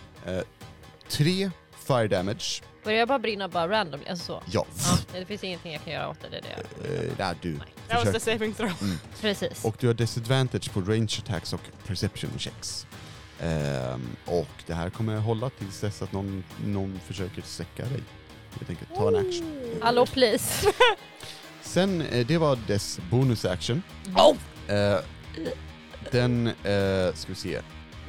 3 fire damage. Börjar jag bara brinna bara randomly? Alltså så? Ja, Ja, det finns ingenting jag kan göra åt det. Det är det. där du That was the försöker. saving throw. Precis. Och du har disadvantage på range attacks och perception checks. Och det här kommer hålla tills dess att någon försöker säcka dig. Jag tänker ta en action. Hallå, please. Sen, det var dess bonus action. Oh! Den, ska vi se,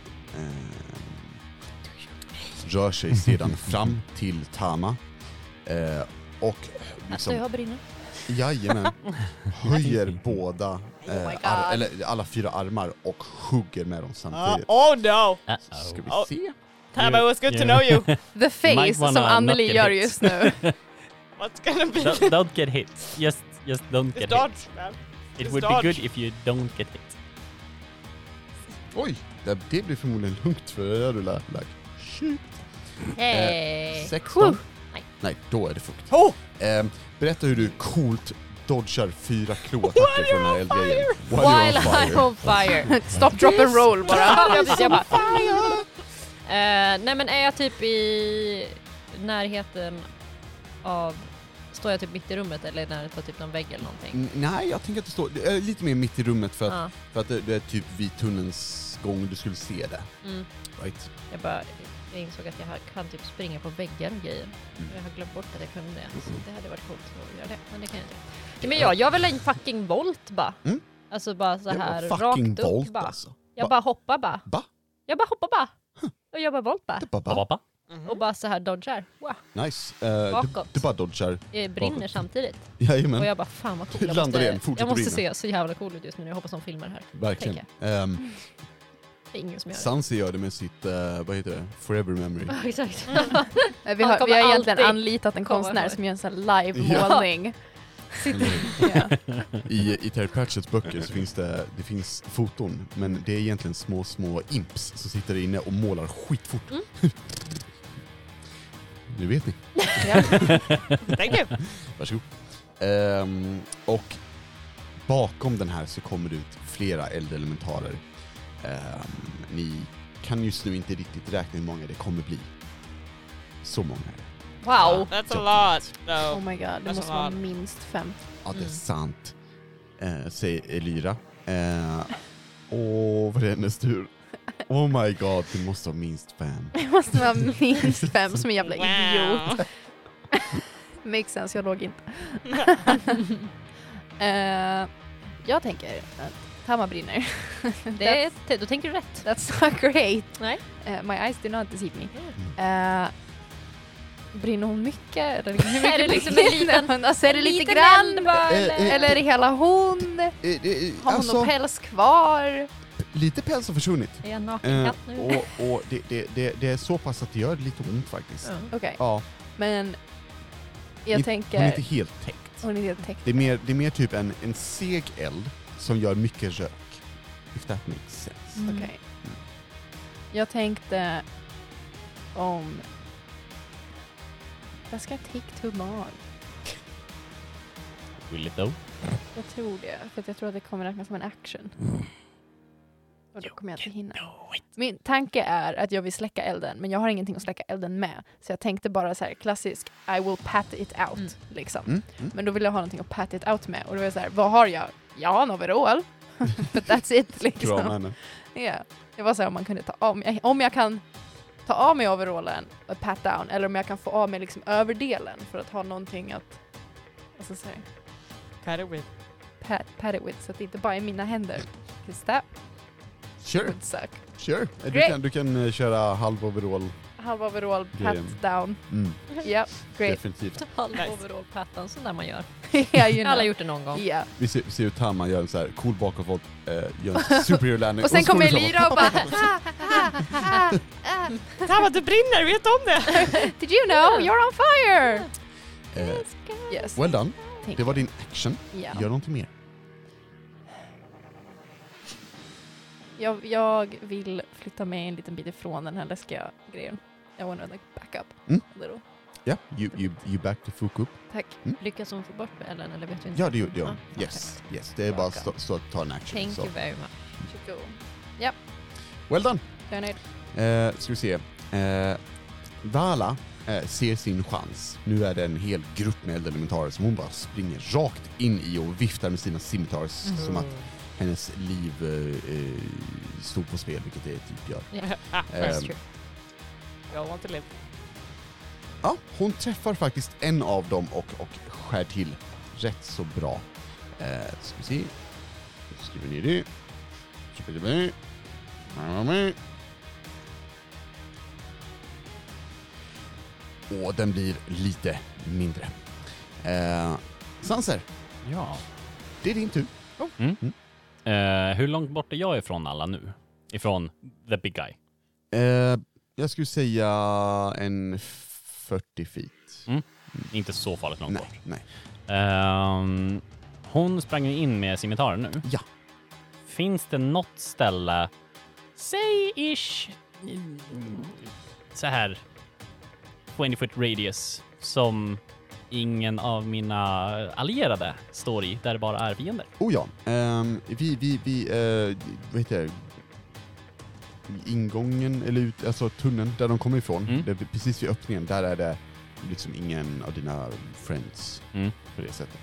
rör sig sedan fram till Tama. Och Alltså, liksom, jag brinner. jajamän, höjer båda, my God. eller alla 4 armar och hugger med dem samtidigt. Oh no! Ska vi Oh. se? Tama, it was good to know you. The Might face wanna som Anneli not get gör hit. just nu. What's gonna be? Don't get hit. Just don't Just get dodge, hit. man. It Just would dodge. be good if you don't get hit. Oj, det blir förmodligen lugnt för jag rullar lag. Shit. Hey. 16? Nej. Nej, då är det fukt. Oh! Berätta hur du coolt dodgar 4 kloattacker från den här eldgrejen. While I'm on fire. Stop, drop and roll bara. Ja, precis, jag bara... nej, men är jag typ i närheten av... Står jag typ mitt i rummet eller nära på typ någon vägg eller någonting? Nej, jag tänker att det står lite mer mitt i rummet för att, Ja. för att det är typ vid tunnelns gång du skulle se det. Mm. Right? Jag insåg att jag kan typ springa på väggar och grejer. Jag har glömt bort att jag kunde det. Så det hade varit coolt att göra det, men det kan jag inte. Ja, men jag gör väl en fucking volt bara. Mm. Alltså bara så här fucking rakt upp volt bara. alltså. Jag bara hoppar bara. Va? Jag bara hoppar bara. Och jag bara volt bara. Pappa? Och bara så här dodgar. Wow. Nice. Bakåt. Du bara dodgar. Det brinner Bakåt. samtidigt. Jajamän. Och jag bara fan vad cool. Landar igen, fortsätter Jag måste brinna. se så jävla cool ut just nu. Jag hoppas de filmar det här. Verkligen. Det är ingen som gör det. Sansi gör det med sitt, vad heter det? Forever memory. Ja, exakt. Vi Han har kommer egentligen alltid anlitat en komma konstnär ihåg. som gör en sån här live-målning. Ja. I Terry Pratchetts böcker så finns det finns foton, men det är egentligen små imps som sitter inne och målar skitfort. Mm. Nu vet ni. Thank you. Varsågod. Och bakom den här så kommer det ut flera eldelementarer. Ni kan just nu inte riktigt räkna hur många det kommer bli. Så många är det. Wow. That's a lot. Oh No. my god, det That's måste a vara lot. minst 5. Ja, det är Mm. sant. Säger Elyra. Vad är hennes tur? Oh my god, det måste vara minst 5. Det måste vara minst 5 som en jävla Wow. idiot. Makes sense, jag låg inte. Jag tänker att Tama brinner. Då tänker du rätt. That's not great. Nej. My eyes do not deceive me. Brinner hon mycket? Eller hur mycket Är det liksom brinner en liten- hon? Alltså, är det lite liten grann? eld bara, Eller är det hela hon? Har hon Alltså, någon päls kvar? lite päls har försvunnit. Är jag naken katt nu? Och det är så pass att det gör lite ont faktiskt. Ja. Okej, Ja, men jag hon tänker... är inte helt täckt. Hon är helt täckt. Det är mer typ en seg eld som gör mycket rök. If that makes sense. Mm. Okej. Jag tänkte om... Jag ska take to Mark. Will it though? Jag tror det, för att jag tror att det kommer räknas som en action. Och då kommer jag inte hinna. Min tanke är att jag vill släcka elden, men jag har ingenting att släcka elden med. Så jag tänkte bara så här klassisk, I will pat it out, liksom. Men då vill jag ha någonting att pat it out med. Och då var jag så här, vad har jag? Jag har en overall. But that's it, liksom. Krama henne. Ja. Det var så här om man kunde ta av mig, om jag kan ta av mig overallen och pat down, eller om jag kan få av mig liksom överdelen för att ha någonting att, alltså så här, Pat it with. pat it with, så att det inte bara är mina händer. 'Cause that Sure, would suck. sure. Great. Du kan köra halv overall. halv overall, Grejen. pat down. Ja, great. Definitivt. Halv overall-pattan, sån där man gör. Yeah, you Alla har know. gjort det någon gång. Yeah. Vi ser hur Tama gör en så här cool bakåtvolt, gör en superior landning. Och sen så kommer står vi Elira och bara Tama, du brinner, vet du om det? Did you know? You're on fire! Yes. Well done. Thank Det var din action. Ja. Gör någonting mer. Jag vill flytta mig en liten bit ifrån den här läskiga grejen. I wanna like back up Mm. a little. Ja, you back to Fuku. Tack. Lyckas hon få bort Ellen eller vet du inte? Ja, det gjorde jag. Ah, Yes, yes. Det är bara att stå och ta en action. Thank så. you very much. Cool. Well done. Jag är nöjd. Ska vi se. Vala ser sin chans. Nu är det en hel grupp med eldelementarer som hon bara springer rakt in i och viftar med sina scimitars som att hennes liv stod på spel, vilket det typ gör. Yeah, Ehm, that's true. Jag want to live. Ja, hon träffar faktiskt en av dem och skär till rätt så bra. Ska vi se. Jag skriver ner det. Och den blir lite mindre. Sanser, Ja. det är din tur. Hur långt bort är jag ifrån alla nu? Ifrån the big guy? Jag skulle säga en 40 feet. Inte så farligt långt bort. Nej. Hon sprang ju in med cimitaren nu. Ja. Finns det något ställe, säg ish, så här 20 foot radius, som ingen av mina allierade står i, där det bara är fiender? Oh ja. Vad heter det? Ingången eller ut, alltså tunneln där de kommer ifrån, det är precis vid öppningen, där är det liksom ingen av dina friends på det sättet.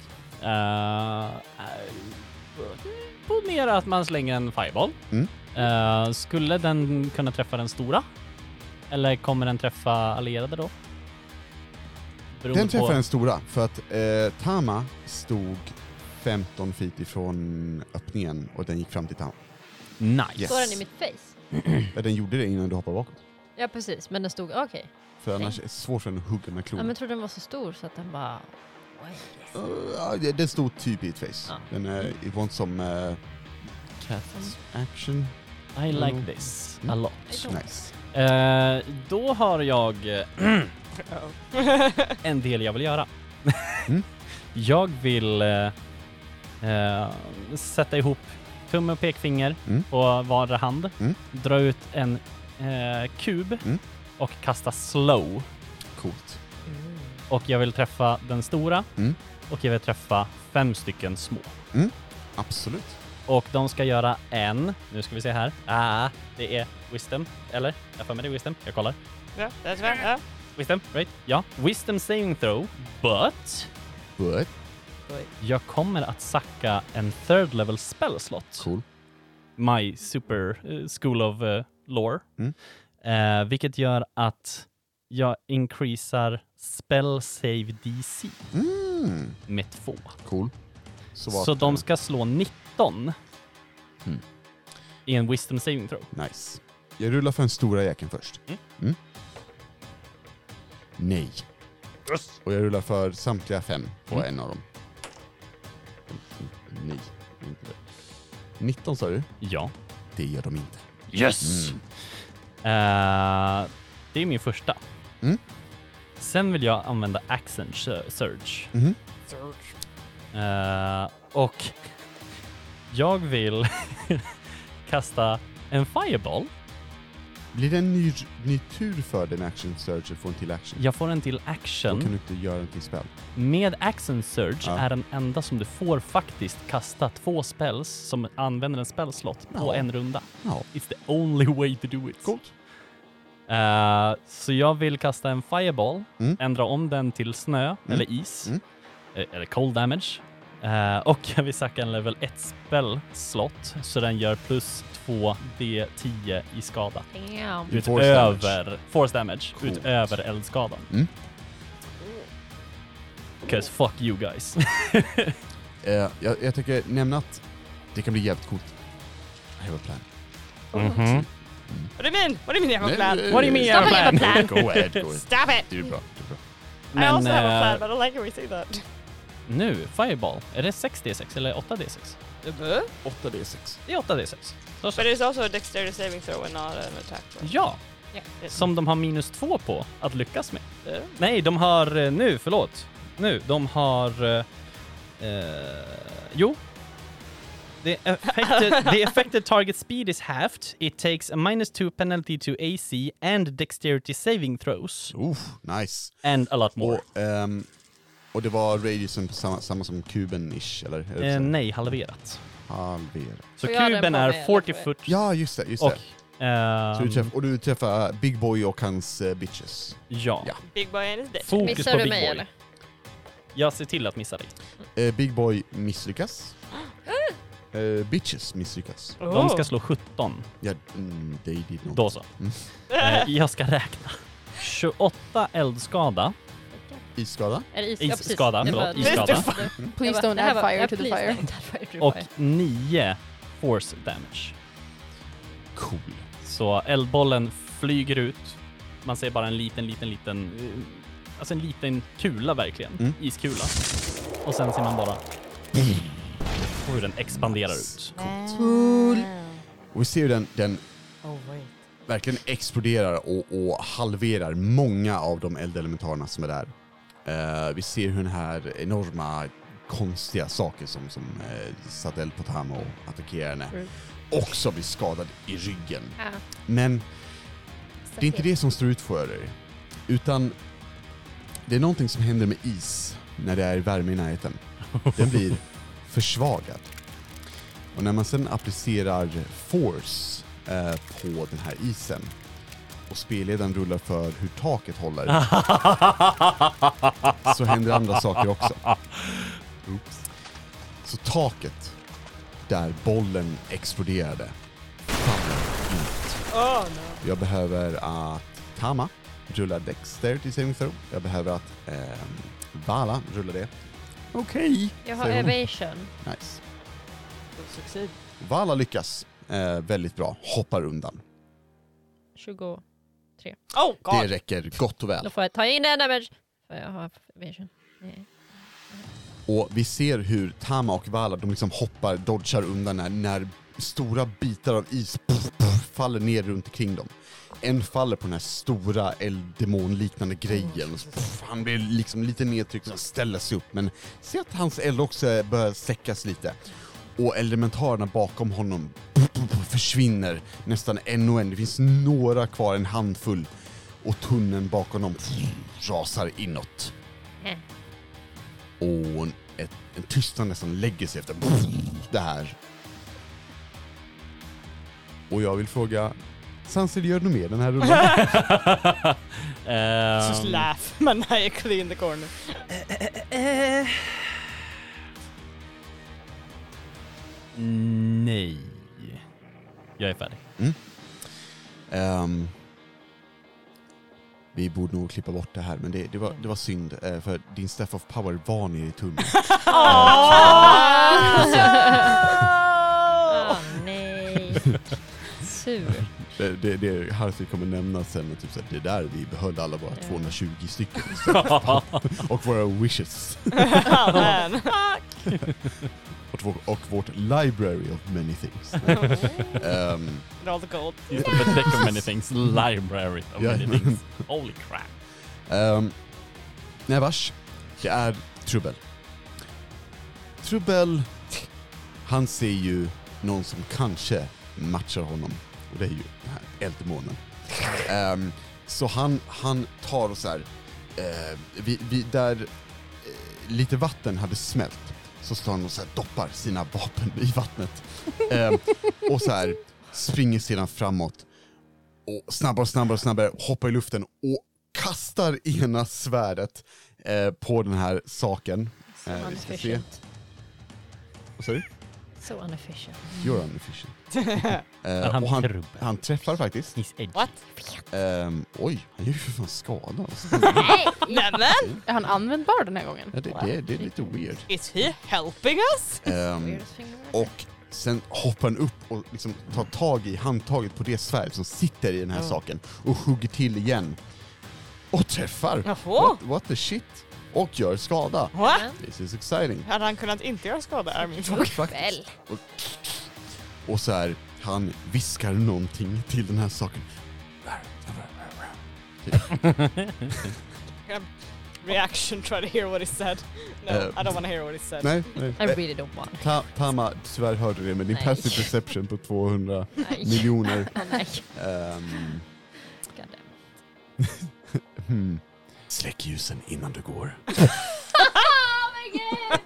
Ponera att man slänger en fireball. Skulle den kunna träffa den stora? Eller kommer den träffa allierade då? Beroende Den träffar på... den stora, för att Tama stod 15 feet ifrån öppningen och den gick fram till Tama. Nice. Yes. Står den i mitt face? Ja, den gjorde det innan du hoppade bakåt. Ja, precis. Men den stod, okej. För annars är det svårt för den att hugga med Ja, klon. men jag trodde den var så stor så att den bara... Den stod typ i ett face. Ja. Den är inte som cat action. I like this a lot. Nice. Då har jag en del jag vill göra. Jag vill sätta ihop tumme och pekfinger på vardera hand. Dra ut en kub och kasta slow. Coolt. Och jag vill träffa den stora och jag vill träffa 5 stycken små. Absolut. Och de ska göra nu ska vi se här. Det är wisdom, eller? Jag får med det wisdom. Jag kollar. Ja, det är svårt. Ja. Wisdom, right? Ja. Wisdom saving throw, but jag kommer att sacka en 3rd level spell slot. Cool. My super school of lore. Vilket gör att jag increasar spell save DC med 2. Cool. Så de ska slå 19 i en wisdom saving throw. Nice. Jag rullar för den stora jäkeln först. Nej. Yes. Och jag rullar för samtliga 5 på en av dem. Nej, inte det. 19 sa du? Ja. Det gör de inte. Yes! Det är min första. Sen vill jag använda Accent Surge. Och jag vill kasta en fireball. Blir det en ny tur för den action surge att få en till action? Jag får en till Då kan action. du inte göra en till spel. Med Accent Surge är den enda som du får faktiskt kasta 2 spells som använder en spellslott på en runda. Ja. It's the only way to do it. Coolt. Så jag vill kasta en fireball, ändra om den till snö eller is, eller cold damage. Och jag vill sacka en level 1 spell slot så den gör plus 2 D10 i skada. Damn. Utöver force damage, Coolt. utöver eldskadan. 'Cause fuck you guys. Jag tänker nämna att det kan bli jävligt coolt. I have a plan. What do you mean you have a plan? What do you mean you have a plan? Go ahead. Stop it! Det är bra. I also have a Men plan, but I like how we say that. nu, Fireball. Är det 6d6 eller 8d6? 8d6. Det är 8d6. Så. But it's also a dexterity saving throw and not an attack roll. Ja, Yeah. som de har -2 på att lyckas med. Nej, de har de har jo. The affected target speed is halved. It takes a -2 penalty to AC and dexterity saving throws. Nice. And a lot more. Och det var radiusen på samma som kuben-ish, eller? Är det så? Nej, halverat. Halverat. Så Får jag den kuben på är mig, 40 eller? foot. Ja, just det. Så du träffar Big Boy och hans bitches. Ja. Big boy and his bitch. Fokus Missar på du Big mig Boy. eller? Jag ser till att missa dig. Big Boy misslyckas. Bitches misslyckas. De ska slå 17. Ja, they did not. Då så. Jag ska räkna. 28 eldskada. Isskada. Är det Isskada, Det förlåt. var- Isskada. Please don't add fire to the fire. Och 9 force damage. Cool. Så eldbollen flyger ut. Man ser bara en liten alltså en liten kula verkligen. Iskula. Och sen ser man bara hur den expanderar ut. Cool. Och vi ser hur den verkligen exploderar och halverar många av de eldelementarerna som är där. Vi ser hur den här enorma konstiga saker som satt eld på Tama och attackerar henne också blir skadad i ryggen. Men det är inte det som står ut för er, utan det är någonting som händer med is när det är värme i närheten. Den blir försvagad. Och när man sen applicerar force på den här isen och spelledaren rullar för hur taket håller så händer andra saker också. Oops. Så taket där bollen exploderade faller ut. Oh no. Jag behöver att Tama rullar dexterity saving throw. Jag behöver att Vala rullar det. Okej. Jag har säger hon. evasion. Nice. Succeed. Vala lyckas väldigt bra. Hoppar undan. 23. Oh god. Det räcker gott och väl. Då får jag ta in den damage. För jag har evasion. Nej. Och vi ser hur Tama och Vala, de liksom dodgar undan när stora bitar av is faller ner runt omkring dem. En faller på den här stora elddemonliknande grejen. Han blir liksom lite nedtryckt och ställer sig upp. Men ser att hans eld också börjar släckas lite. Och elementarerna bakom honom försvinner nästan en och en. Det finns några kvar, en handfull. Och tunneln bakom dem rasar inåt. Och en tystnad nästan lägger sig efter det här. Och jag vill fråga, Sanser, gör du med den här rullen? Just laugh maniacally in the corner. Nej. Jag är färdig. Vi borde nog klippa bort det här, men det var synd, för din Staff of Power var nere i tunneln. Nej. Sur. Det Harry kommer nämna sen, typ så här, det där vi behöll alla våra 220 stycken. Och våra wishes. Oh, man. och vårt library of many things. All the gold. The deck of many things. Library of many things. Holy crap. Nej vars, det är Trubbel. Trubbel, han ser ju någon som kanske matchar honom. Och det är ju den här elddemonen. Så han tar och så här, där lite vatten hade smält, så står han och så här doppar sina vapen i vattnet. Och så här springer sedan framåt. Och snabbare hoppar i luften och kastar ena svärdet på den här saken. So Vi ska se. inefficient. Vad sa du? So inefficient. You're inefficient. Han och Trubbel. han träffar faktiskt. He's edgy. What? Oj, han gör ju för fan skada. Nämen! Är han användbar den här gången? Ja, det är lite weird. Is he helping us? Weirdest thing I've ever Och sen hoppar han upp och liksom tar tag i handtaget på det svärd som sitter i den här saken och hugger till igen. Och träffar. What the shit? Och gör skada. What? This is exciting. Hade han kunnat inte göra skada är min fråga. Och så här, han viskar någonting till den här saken. Reaction, try to hear what he said. No, I don't want to hear what he said. Nej. I really don't want. Tama, tyvärr hörde det med din passive perception på 200 miljoner. Släck ljusen innan du går. Oh my god!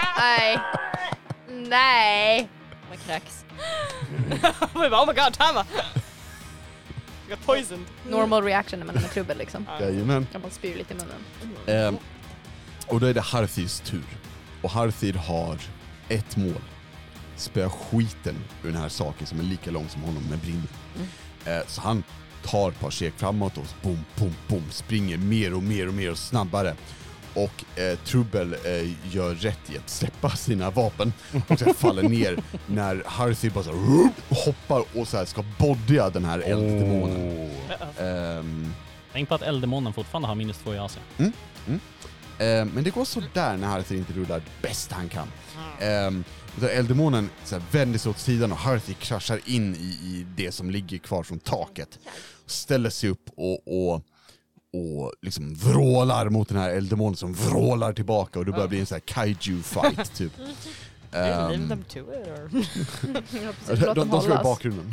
Nej. Man kräks. Oh my god, Tama! You got poisoned. Normal reaction när man är med trubbel liksom. Jajamän. Kan man spyr lite i munnen. Och då är det Harthirs tur. Och Harthir har ett mål. Spöa skiten ur den här saken som är lika lång som honom med brinner. Så han tar ett par steg framåt och boom, boom, boom, springer mer och snabbare. Och Trubbel gör rätt i att släppa sina vapen och så faller ner när Harthir bara så hoppar och så här ska bodya den här elddemonen. Tänk på att elddemonen fortfarande har -2 i AC. Men det går så där när Harthir inte rullar bäst han kan. Elddemonen vänder sig åt sidan och Harthir kraschar in i det som ligger kvar från taket. Ställer sig upp och liksom vrålar mot den här elddemonen som vrålar tillbaka och det börjar bli en sån här kaiju-fight typ. Leave them to it or? De ska i bakgrunden.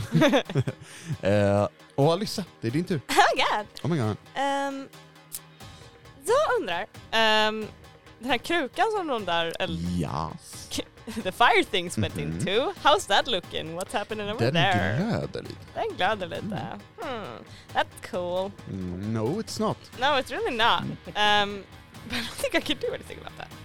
Och Alyssa, det är din tur. Oh my god. Jag undrar, den här krukan som de där the fire things went into, how's that looking? What's happening over there? Den glöder lite. That's cool. No, it's not. No, it's really not. But I don't think I can do anything about that.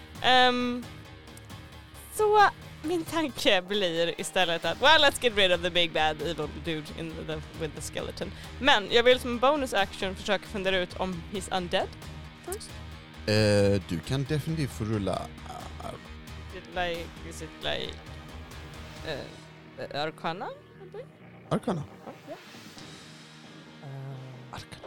Så min tanke blir istället att let's get rid of the big bad evil dude with the skeleton. Men jag vill som en bonus action försöka fundera ut om he's undead first. Du kan definitivt få rulla. Is it like Arcana? Arcana. Okay. Arcana.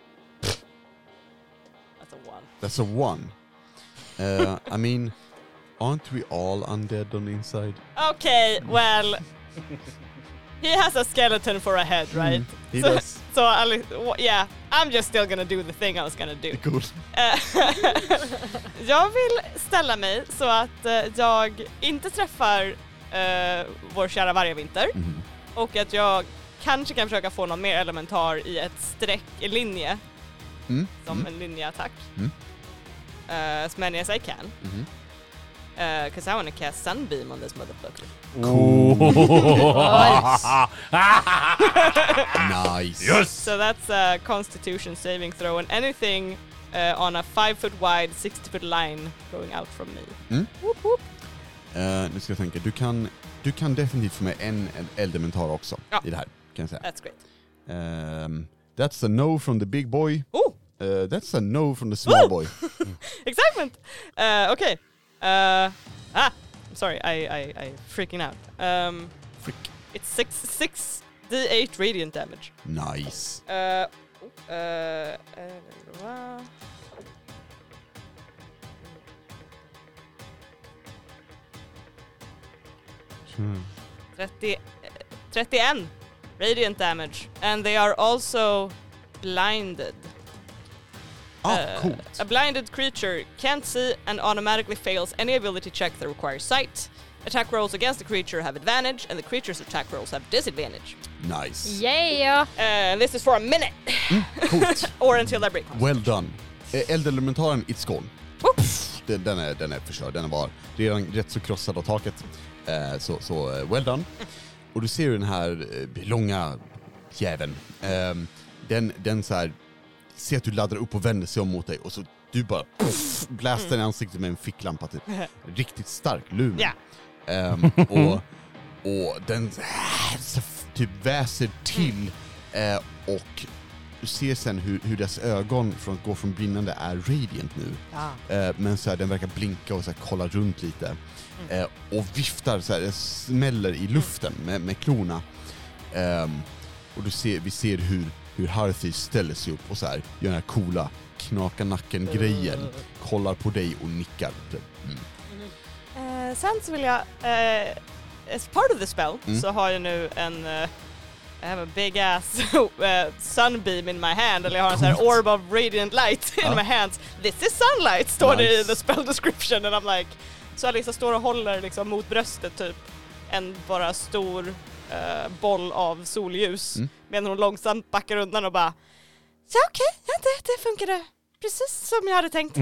That's a 1. I mean, aren't we all undead on the inside? Okay, well, he has a skeleton for a head, right? He does. So yeah, I'm just still gonna do the thing I was gonna do. Cool. Jag vill ställa mig så att jag inte träffar vår kära vargavinter och att jag kanske kan försöka få någon mer elementar i ett streck i linje som en linjeattack. As many as I can. Because I want to cast Sunbeam on this motherfucker. Nice. Yes. So that's a Constitution saving throw, and anything on a 5-foot wide, 60-foot line going out from me. Whoop, whoop. Nu ska jag tänka. Du kan definitivt få med en elementar också i det här, kan jag säga. That's great. That's a no from the big boy. Oh. That's a no from the small boy. Excitement. Okay. I'm sorry. I freaking out. Freak. It's 6d8 radiant damage. Nice. 31 radiant damage, and they are also blinded. Cool. A blinded creature can't see and automatically fails any ability check that requires sight. Attack rolls against the creature have advantage, and the creature's attack rolls have disadvantage. Nice. Yeah! And this is for a minute. Coolt. Or until their break comes. Well done. Eldelementaren, it's gone. Den är förstörd. Den var redan rätt så krossad av taket. Så well done. Och du ser ju den här långa jäveln. Den så här, ser att du laddar upp och vänder sig om mot dig och så du bara bläster den i ansiktet med en ficklampa typ. Riktigt stark lumen. Yeah. Och den så typ väser till och du ser sen hur deras ögon går från brinnande är radiant nu. Men så här, den verkar blinka och så här, kolla runt lite. Och viftar så här, det smäller i luften med klorna. Och vi ser hur Harthy ställer sig upp och så här, gör den här coola knaka nacken-grejen. Kollar på dig och nickar. Sen så vill jag, as part of the spell, så har jag nu I have a big ass sunbeam in my hand, eller jag har en sån här orb of radiant light in my hands. This is sunlight, står det i the spell description, and I'm like, så jag liksom står och håller liksom mot bröstet typ en bara stor boll av solljus, medan hon långsamt backar undan och bara, så okej, det funkade precis som jag hade tänkt.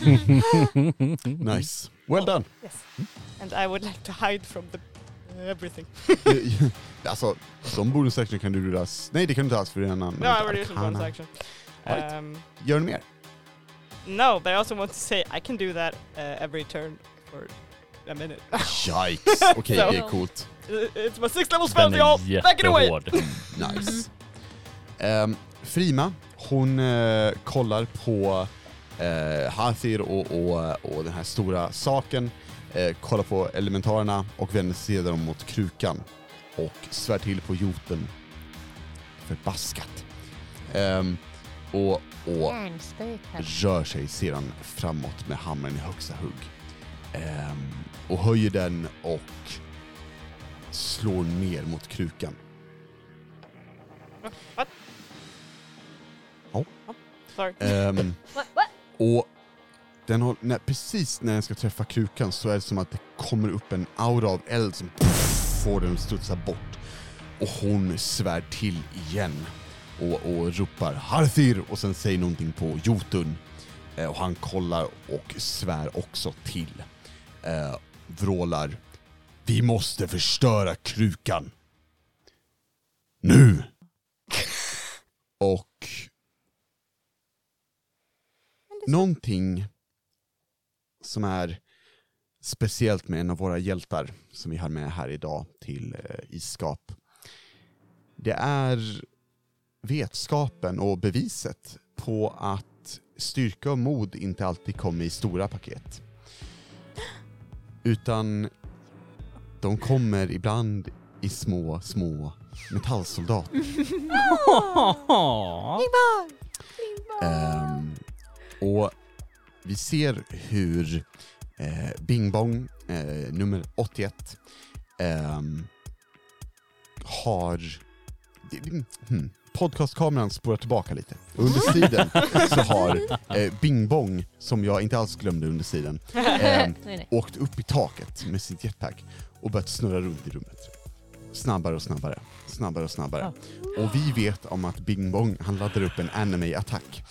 Nice. Well done. Yes. And I would like to hide from everything. Alltså, som bonus action kan du rullas. Nej, det kan du inte alls för det är en annan. Ja, det är som bonus action. Gör du mer? No, but I also want to say I can do that every turn for a minute. Yikes. Okej, det är coolt. It's my 6th level spell, y'all. Back it away. Nice. Frima, hon kollar på Hathir och den här stora saken, kollar på elementarerna och vänder sedan mot krukan och svär till på joten förbaskat. Och rör sig sedan framåt med hammaren i högsta hugg. Och höjer den och slår ner mot krukan. What? Ja. Sorry. What? Och den har, precis när den ska träffa krukan så är det som att det kommer upp en aura av eld som får den att studsa bort. Och hon svär till igen och ropar Harthir och sen säger någonting på Jotun. Och han kollar och svär också till. Vrålar: vi måste förstöra krukan. Nu! Och någonting som är speciellt med en av våra hjältar som vi har med här idag till Isskap. Det är vetskapen och beviset på att styrka och mod inte alltid kommer i stora paket. Utan de kommer ibland i små metallsoldater. Och vi ser hur Bing Bong nummer 81 har podcastkameran spårar tillbaka lite. Under sidan så har Bing Bong, som jag inte alls glömde under sidan, åkt upp i taket med sitt jetpack och börjat snurra runt i rummet. Snabbare och snabbare. Snabbare och snabbare. Och vi vet om att Bing Bong, han laddar upp en anime-attack.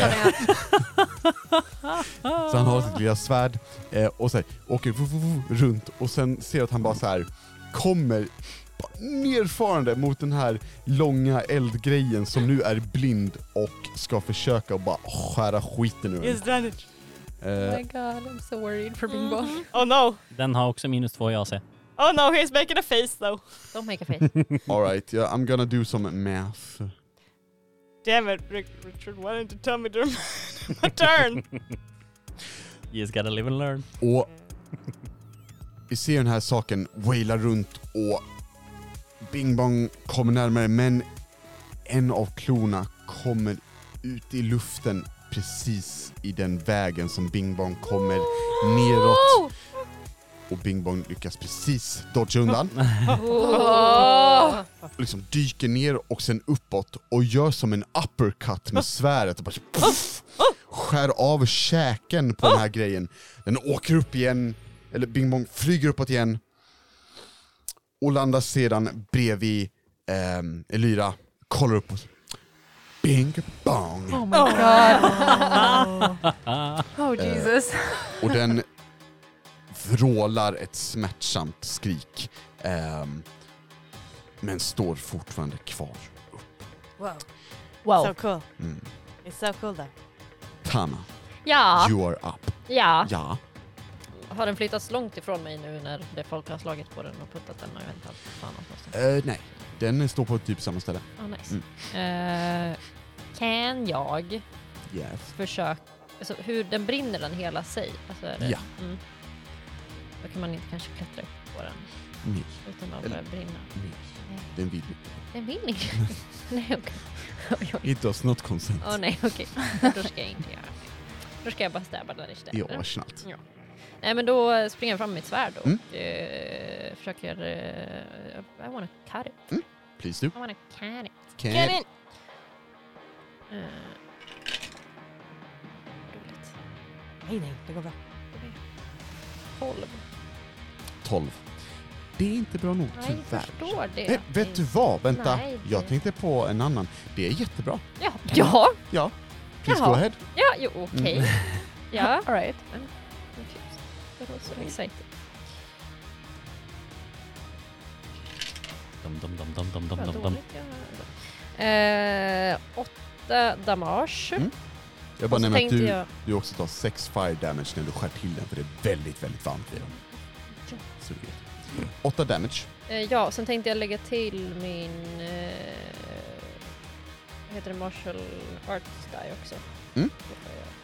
Så han har sitt lilla svärd och så här, åker runt och sen ser att han bara så här kommer nerfarande mot den här långa eldgrejen som nu är blind och ska försöka bara skära skiten ur den. He's done it. Oh my god, I'm so worried for Bing Bong. Oh no. Den har också -2 i AC. Oh no, he's making a face though. Don't make a face. All right, yeah, I'm gonna do some math. Damn it, Richard, why didn't you tell me during my turn? You just gotta live and learn. Och vi ser den här saken waila runt och Bing Bong kommer närmare, men en av klorna kommer ut i luften precis i den vägen som Bing Bong kommer neråt. Och Bing Bong lyckas precis dodga undan. Liksom dyker ner och sen uppåt och gör som en uppercut med svärdet och bara puff, skär av käken på den här grejen. Den åker upp igen, eller Bing Bong flyger uppåt igen och landar sedan bredvid Elyra, kollar upp och Bing Bong. Oh my god. Oh Jesus. Och den vrålar ett smärtsamt skrik. Men står fortfarande kvar. Wow. So cool. It's so cool though. Tama, Ja. you are up. Ja. Ja. Har den flyttats långt ifrån mig nu när det folk har slagit på den och puttat den och jag vet inte fan någonstans? Nej, den står på typ samma ställe. Oh, nice. Kan jag Yes. försöka... Alltså, hur den brinner den hela sig? Alltså, är det, Ja. Då kan man inte kanske klättra upp på den Nej. utan att Eller- börja brinna. Nej. Den vill inte. Den vill inte. Nej, okej. Oj, oj. It does not consent. Åh nej, okej. Då ska jag inte göra det. Då ska jag bara stäba den istället. Ja, snällt. Nej, men då springer jag fram med mitt svärd och försöker... I wanna cut it. Please do. I wanna cut it. Get in! Roligt. Nej, det går bra. 12. 12. Det är inte bra nog, Nej, jag tyvärr. förstår det. Nej, vet du vad? Vänta. Nej, det- Jag tänkte på en annan. Det är jättebra. Ja. Ja. Ja. Please Jaha. go ahead. Ja, jo, okej. Ja. All right. Det var så excited. Vad dåligt jag... 8 damage. Jag bara Och så nämner att tänkte du också tar 6 fire damage när du skär till den, för det är väldigt, väldigt varmt vid dem. Så du vet. 8 damage. Ja, sen tänkte jag lägga till min... vad heter det? Martial Arts die också. Mm. Det får jag.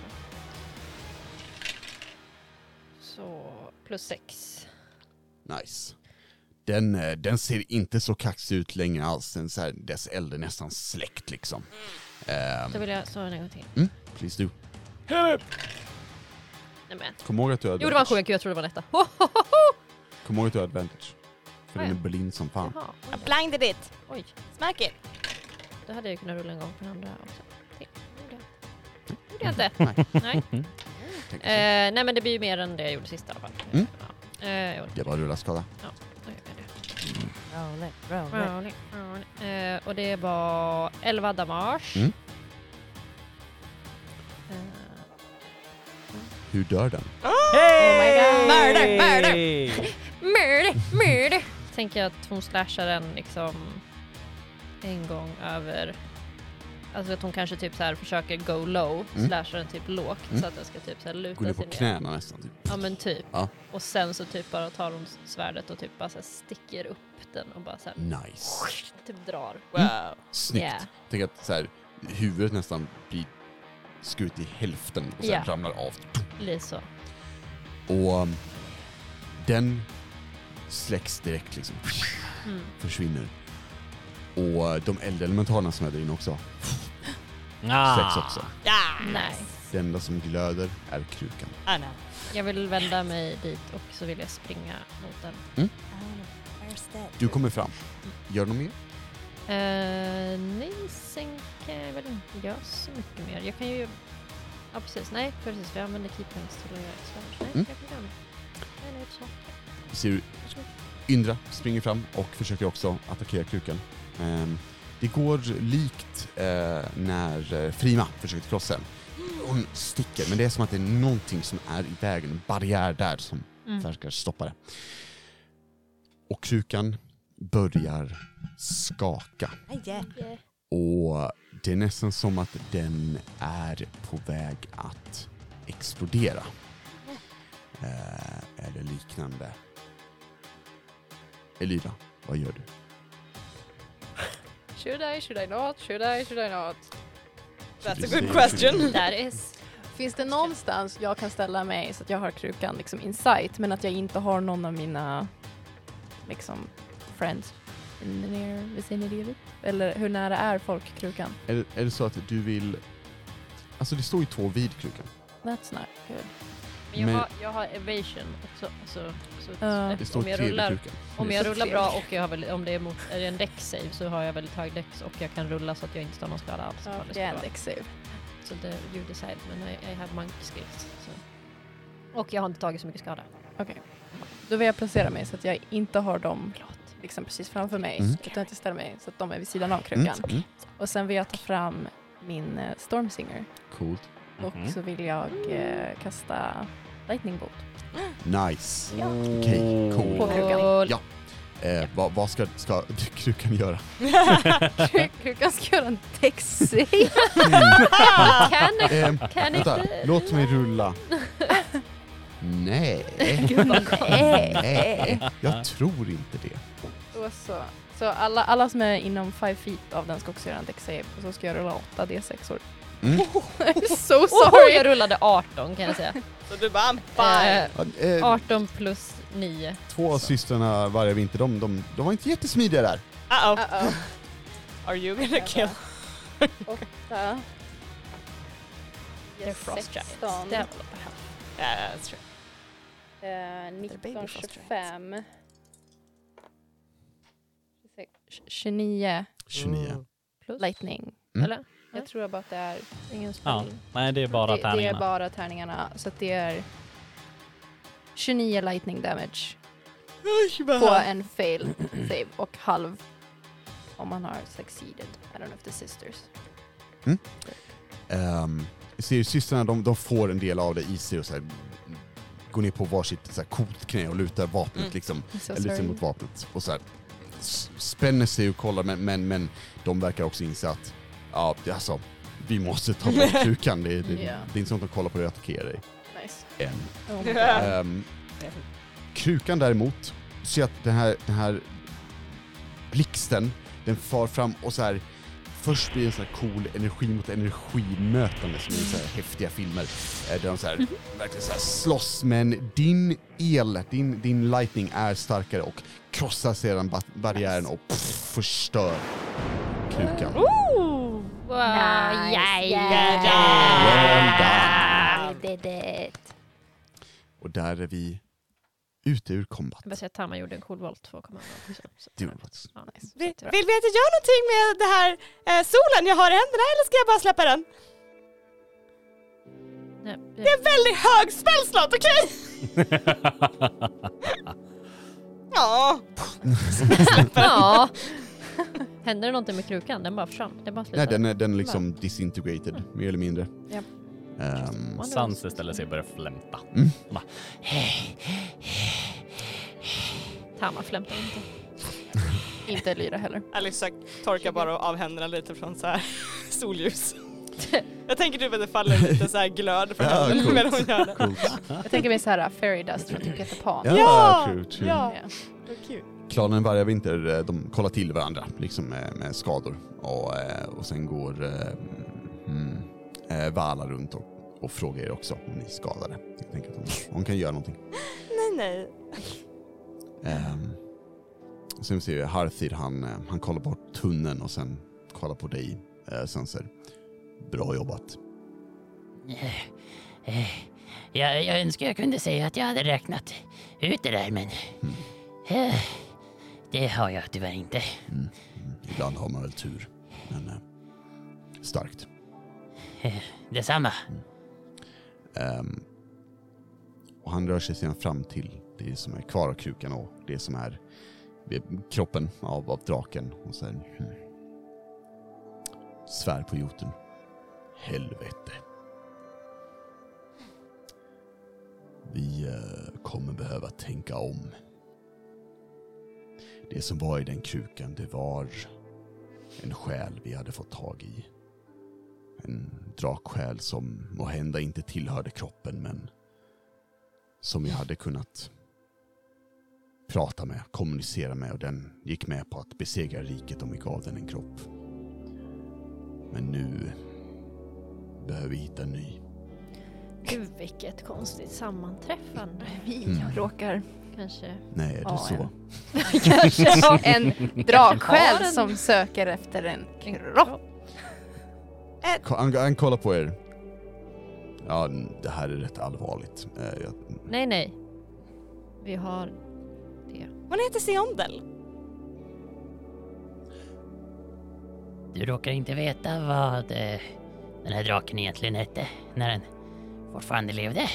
Så, plus 6. Nice. Den ser inte så kaxig ut längre alls. Den så här, dess eld är nästan släckt liksom. Då vill jag slå den en gång till. Please do. Nej, men. Kom ihåg att du har Jo, det var en advantage. 7, jag tror det var nästa. Kom ihåg att du har advantage. För Ah, den är ja. blind som fan. Jaha, I blinded it. oj. Smack it. Då hade jag kunnat rulla en gång på den andra också. Det gjorde jag inte. Nej. Nej. Tänker så. Nej, men det blir ju mer än det jag gjorde sist i alla fall. Mm. Ja. Jag Det var rulla skada. då gör jag det. Roll. Och det var 11 damage. Mm. Eh, Hur dör den? Oh my god. Murder. Tänker jag att hon slashar den liksom en gång över. Alltså att hon kanske typ så här försöker go low, slashar den typ lågt så att den ska typ så här luta Går ner på sig ner. knäna nästan. Typ. Ja, men typ. Ja. Och sen så typ bara tar hon svärdet och typ bara så här sticker upp den och bara så här Nice. typ drar. Wow. Snyggt. Yeah. Tänk att så här, huvudet nästan blir skurit i hälften och sen Ja. ramlar av. Lite så. Och den släcks direkt liksom. Försvinner. Och de eldelementalerna som är där inne också släcks också. Yeah. Nice. Det enda som glöder är krukan. I know. Jag vill vända mig dit och så vill jag springa mot den. Du kommer fram. Gör något mer? Nej, sen kan jag väl inte göra så mycket mer. Jag kan ju... Ja, precis. Nej, precis. För jag använder key points till att göra ett svärd. Nej, jag kan göra det. Nej, inte så. Vi ser Indra springer fram och försöker också attackera krukan. Det går likt när Frima försöker krossa den. Hon sticker, men det är som att det är någonting som är i vägen, en barriär där som verkar stoppa det. Och krukan börjar skaka. Yeah. Och det är nästan som att den är på väg att explodera. Eller liknande. Elira, vad gör du? Should I not? Should I not? That's a good question. That is... Finns det någonstans jag kan ställa mig så att jag har krukan liksom in sight, men att jag inte har någon av mina liksom friends in the near vicinity of it? Eller hur nära är folk krukan? Är det så att du vill... Alltså det står ju 2 vid krukan. That's not good. Men Men- jag har evasion också. Alltså, så Det står om 3 jag vid rullar, krukan. om jag Så rullar trevligt. bra och jag har väl, om det är en dex save så har jag väldigt hög dex och jag kan rulla så att jag inte tar någon skada alls. Ja, ifall det det är en skulle dex save. vara. Så det you decide, men I have monk skills. Så. Och jag har inte tagit så mycket skada. Okej. Då vill jag placera mig så att jag inte har dem liksom precis framför mig. Mm. Utan jag inte ställer mig så att de är vid sidan av krukan. Och sen vill jag ta fram min Stormsinger. Coolt. Och så vill jag kasta Lightning Bolt Nice. Ja. Okej, på cool. krukan. Ja. Vad ska krukan göra? Krukan ska göra en dex save. Kan Vänta, inte... låt mig rulla. Nej. Nej. Nej, jag tror inte det. Och så Så alla som är inom 5 feet av den ska också göra en deck save. Och så ska jag rulla 8 d6-or. I'm so sorry. Jag rullade 18 kan jag säga. Så du bara, bye! 18 plus 9. 2 av systrarna varje vinter, de var inte jättesmidiga där. Uh-oh. Are you gonna kill? 8. Det är Frost Giants. 16. Det är väl på här. Yeah, that's true. 19, 25. 29 29. Plus. lightning. Mm. Eller? Jag tror bara att det är Ingen spel. Ja, nej det är bara det tärningarna. är bara tärningarna. Så att det är 29 lightning damage på en fail save och halv om man har succeeded. I don't know if the sisters. Ser systrarna, de får en del av det i sig och så här, går ner på varsitt så här coolt knä och lutar vapnet liksom, So eller sig mot vapnet och så här, spänner sig och kollar, men de verkar också inse att ja, alltså, vi måste ta bort krukan. Det är inte sånt att kolla på det och attackera dig. Nice. Än. Oh my God. Krukan däremot, ser att den här blixten, den far fram och så här. Först blir det en sån här cool energi mot energimötande som i så här häftiga filmer. Där de så här, verkligen så här slåss, men din lightning är starkare och krossar sedan barriären och förstör krukan. Wow. Nice. Well done. I did it. Och där är vi ute ur combat. Jag bara säga att Tama gjorde en cool volt 2,0. Do it. Ja, Vill vi att jag gör någonting med det här solen jag har i händerna eller ska jag bara släppa den? nej, Det är en väldigt hög spellslott, okej? Ja. ja. Händer det någonting med krukan? Den bara försvann. Den bara slutade. Nej, den är liksom disintegrated, mer eller mindre. Japp. Sans istället sig börjar flämta. Mm. Bara, Tama flämtar inte. Inte Lyra heller. Alice torkar bara av händerna lite från så här solljus. Jag tänker typ att det faller lite så här glöd från händerna medan hon gör det. Coolt. Jag tänker mig så här fairy dust från typ Peter Pan. Ja! True. Ja. Ja. Kul. Klanen varje vinter, de kollar till varandra liksom med skador. Och sen går Vala runt och frågar er också om ni är skadade. Jag tänker att hon kan göra någonting. Nej. Sen ser vi Harthir, han kollar bort tunneln och sen kollar på dig. Sen säger bra jobbat. Jag önskar jag kunde säga att jag hade räknat ut det där, men det har jag tyvärr inte. Ibland har man väl tur, men starkt. Detsamma. Och han rör sig sedan fram till det som är kvar av krukan och det som är kroppen av draken och sen svär på Jotun. Helvete. Vi kommer behöva tänka om. Det som var i den krukan, det var en själ vi hade fått tag i. En draksjäl som måhända inte tillhörde kroppen, men som vi hade kunnat prata med, kommunicera med, och den gick med på att besegra riket om vi gav den en kropp. Men nu behöver vi hitta en ny. Gud, vilket konstigt sammanträffande. Vi råkar Kanske. Nej, är det så? kanske ha en dragsjäl som söker efter en kropp. Han kollar på er. Ja, det här är rätt allvarligt. Nej. Vi har det. Hon heter Seondel. Du råkar inte veta vad den här draken egentligen hette när den fortfarande levde.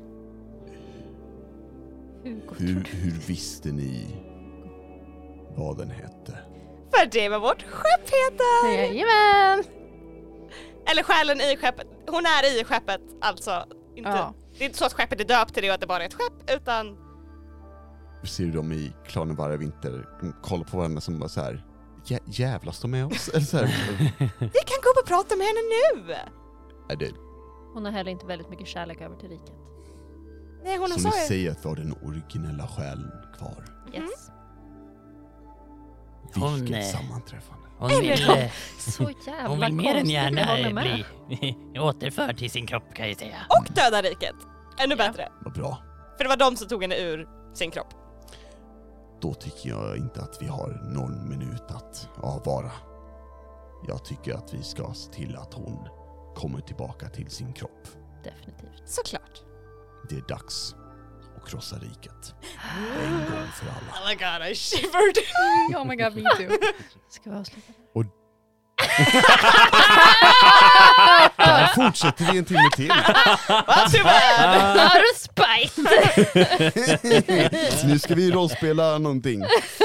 Hur visste ni vad den hette? För det var vårt skepp heter. Jajamän! Eller själen i skeppet. Hon är i skeppet, alltså. Inte, Ja. Det är inte så att skeppet är döpt till det och att det bara är ett skepp, utan... Ser du dem i klanen varje vinter kollar på varandra som bara så här, jävlas de med oss? Eller så här, Vi kan gå upp och prata med henne nu! är det Hon har heller inte väldigt mycket kärlek över till riket. Nej, hon som sa ni ju... säger att var den originella själen kvar? Yes. Vilket sammanträffande. Hon vill, Så jävla hon vill mer än konstigt, jag håller gärna med. bli återförd till sin kropp, kan jag säga. Och döda riket. Ännu bättre. Vad bra. För det var de som tog henne ur sin kropp. Då tycker jag inte att vi har någon minut att avvara. Jag tycker att vi ska se till att hon kommer tillbaka till sin kropp. Definitivt. Såklart. Det är dags att krossa riket. En gång för alla. Oh my god, I shivered. Oh my god, me too. Ska vi avsluta? Där fortsätter vi en timme till. Well, too bad. Har du spite? Så nu ska vi rollspela någonting.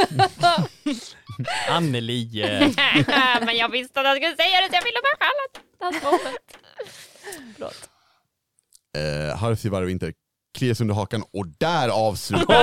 Anneli. Men jag visste att jag skulle säga det, så jag ville bara skälla hans moment. Förlåt. Harfi Varvinter klias under hakan och där avslutar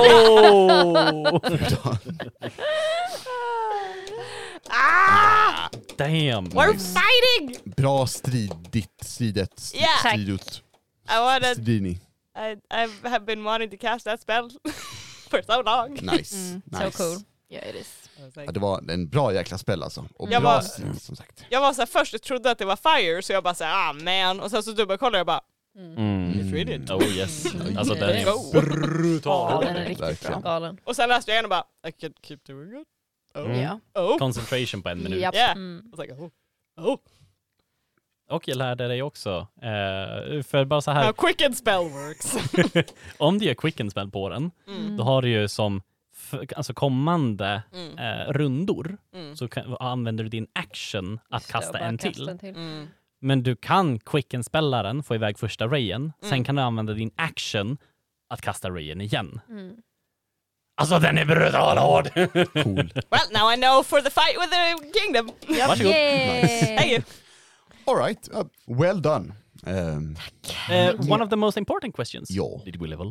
Damn. We're fighting! Bra stridigt. Yeah. Stridut. I wanted. Stridini. I have been wanting to cast that spell for so long. Nice. So cool. Yeah, it is. Ja, det var en bra jäkla spel alltså. Och Jag bra var- strid, som sagt. Jag var så här, först och trodde att det var fire, så jag bara såhär, man. Och sen så dubbelkollade jag bara, it's really Oh yes. Alltså den är Go. Ja, brutal. den är riktigt Verkligen. bra. Galen. och sen läste jag igen och bara, I can keep doing it. Oh. Ja. Oh. Concentration på 1 minut. Japp. Yeah. Mm. I was like, oh. Och jag lärde dig också, för bara så här, How quick and spell works. om du gör quicken spell på den, då har du ju som alltså kommande rundor så använder du din action att kasta en till. Men du kan quicken spella den, få iväg första rayen, sen kan du använda din action att kasta rayen igen. Alltså den är brutal hård! Cool. Well, now I know for the fight with the kingdom. Varsågod. Thank you. All right. Well done. One of the most important questions. Ja. Did we level?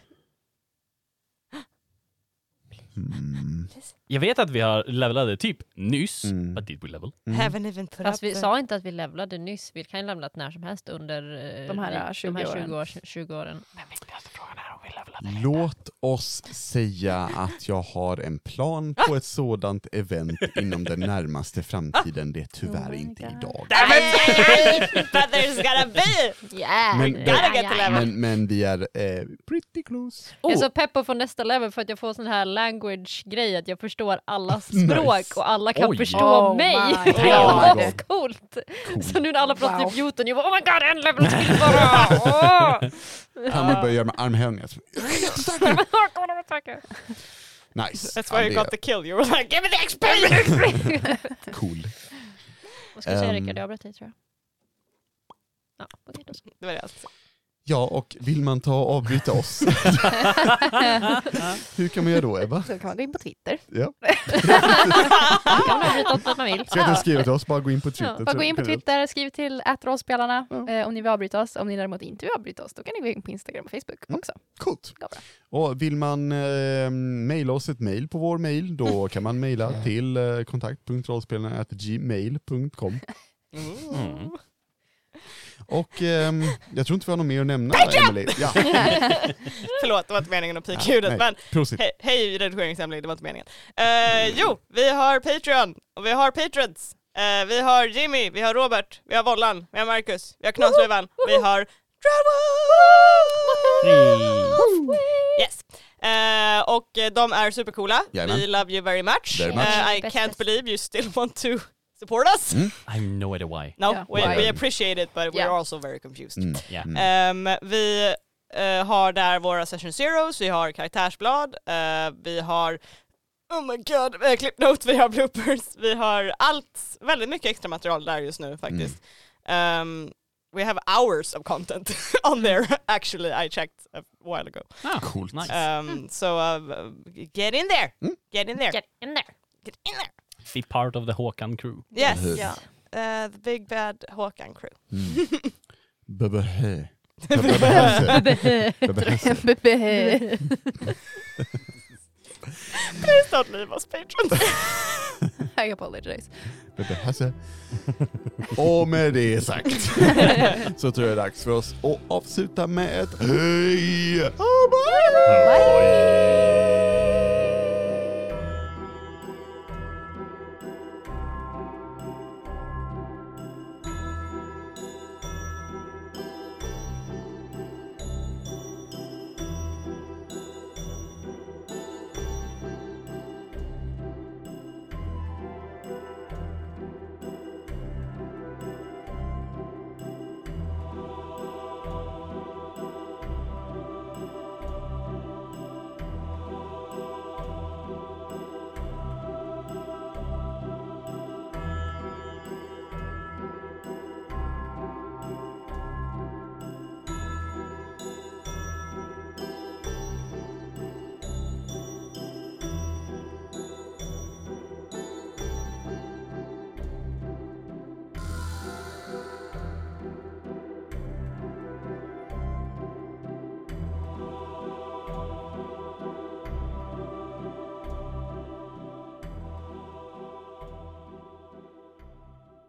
Jag vet att vi har levelade typ nyss, but did we level? Haven't even put Fast up vi the... sa inte att vi levlade nyss. Vi kan ju lämnat när som helst under De här 20 åren. Men viktigaste frågan är om vi levelade. Låt oss säga att jag har en plan på ett sådant event inom den närmaste framtiden. Det är tyvärr inte idag. But there's gotta be! Yeah! Men- Gotta get the level. Men vi är pretty close. Jag är så pepp på att få nästa level för att jag får sån här language-grej att jag förstår allas språk och alla kan Oj. förstå Oh mig. my Det är God. ascoolt. Så nu när alla pratar Wow. typ Jotun, jag bara oh my god, en level till bara! Kan vi börja med armhävningar? Nice. That's why you det got the kill. You were like, give me the XP! är cool. Vad ska jag säga Rickard? Jag avbröt dig tror jag. Ja, okej då så. Det var det alltså. Ja, och vill man ta och avbryta oss? Hur kan man göra då, Eva? Så kan man gå in på Twitter. Ja. Kan man avbryta åt vad man vill. Ska jag inte skriva till oss? Bara gå in på Twitter. Bara gå in på Twitter, skriv till @rollspelarna om ni vill avbryta oss. Om ni däremot inte vill avbryta oss, då kan ni gå in på Instagram och Facebook också. Coolt. Gå bra. Och vill man mejla oss ett mejl på vår mejl, då kan man mejla till kontakt.rollspelarna@gmail.com. Och jag tror inte vi har något mer att nämna, Emily. Ja. Förlåt, det var inte meningen att pika ljudet, nej. men Prosit. hej redigeringshemlig, det var inte meningen. Jo, vi har Patreon och vi har Patrons. Vi har Jimmy, vi har Robert, vi har Vollan, vi har Marcus, vi har Knasluvan, vi har Dreadwolf! Yes. Och de är supercoola. Jajamän. We love you very much. Very much. I can't believe you still want to support us. I have no idea why. No, Yeah. we appreciate it, but we're Yeah. also very confused. Yeah. Vi har där våra session zeros, vi har karaktärsblad, vi har oh my god, clip note, vi har bloopers, vi har allt, väldigt mycket extra material där just nu faktiskt. We have hours of content on there actually, I checked a while ago. Coolt. Nice. So get in there, get in there, Get in there. get in there. Be part of the Håkan crew. Yes, Ja. the big bad Håkan crew. Bebehö. Please don't leave us, patrons. I apologize. Och med det sagt så tror jag det är dags för oss att avsluta med ett hej! Bye!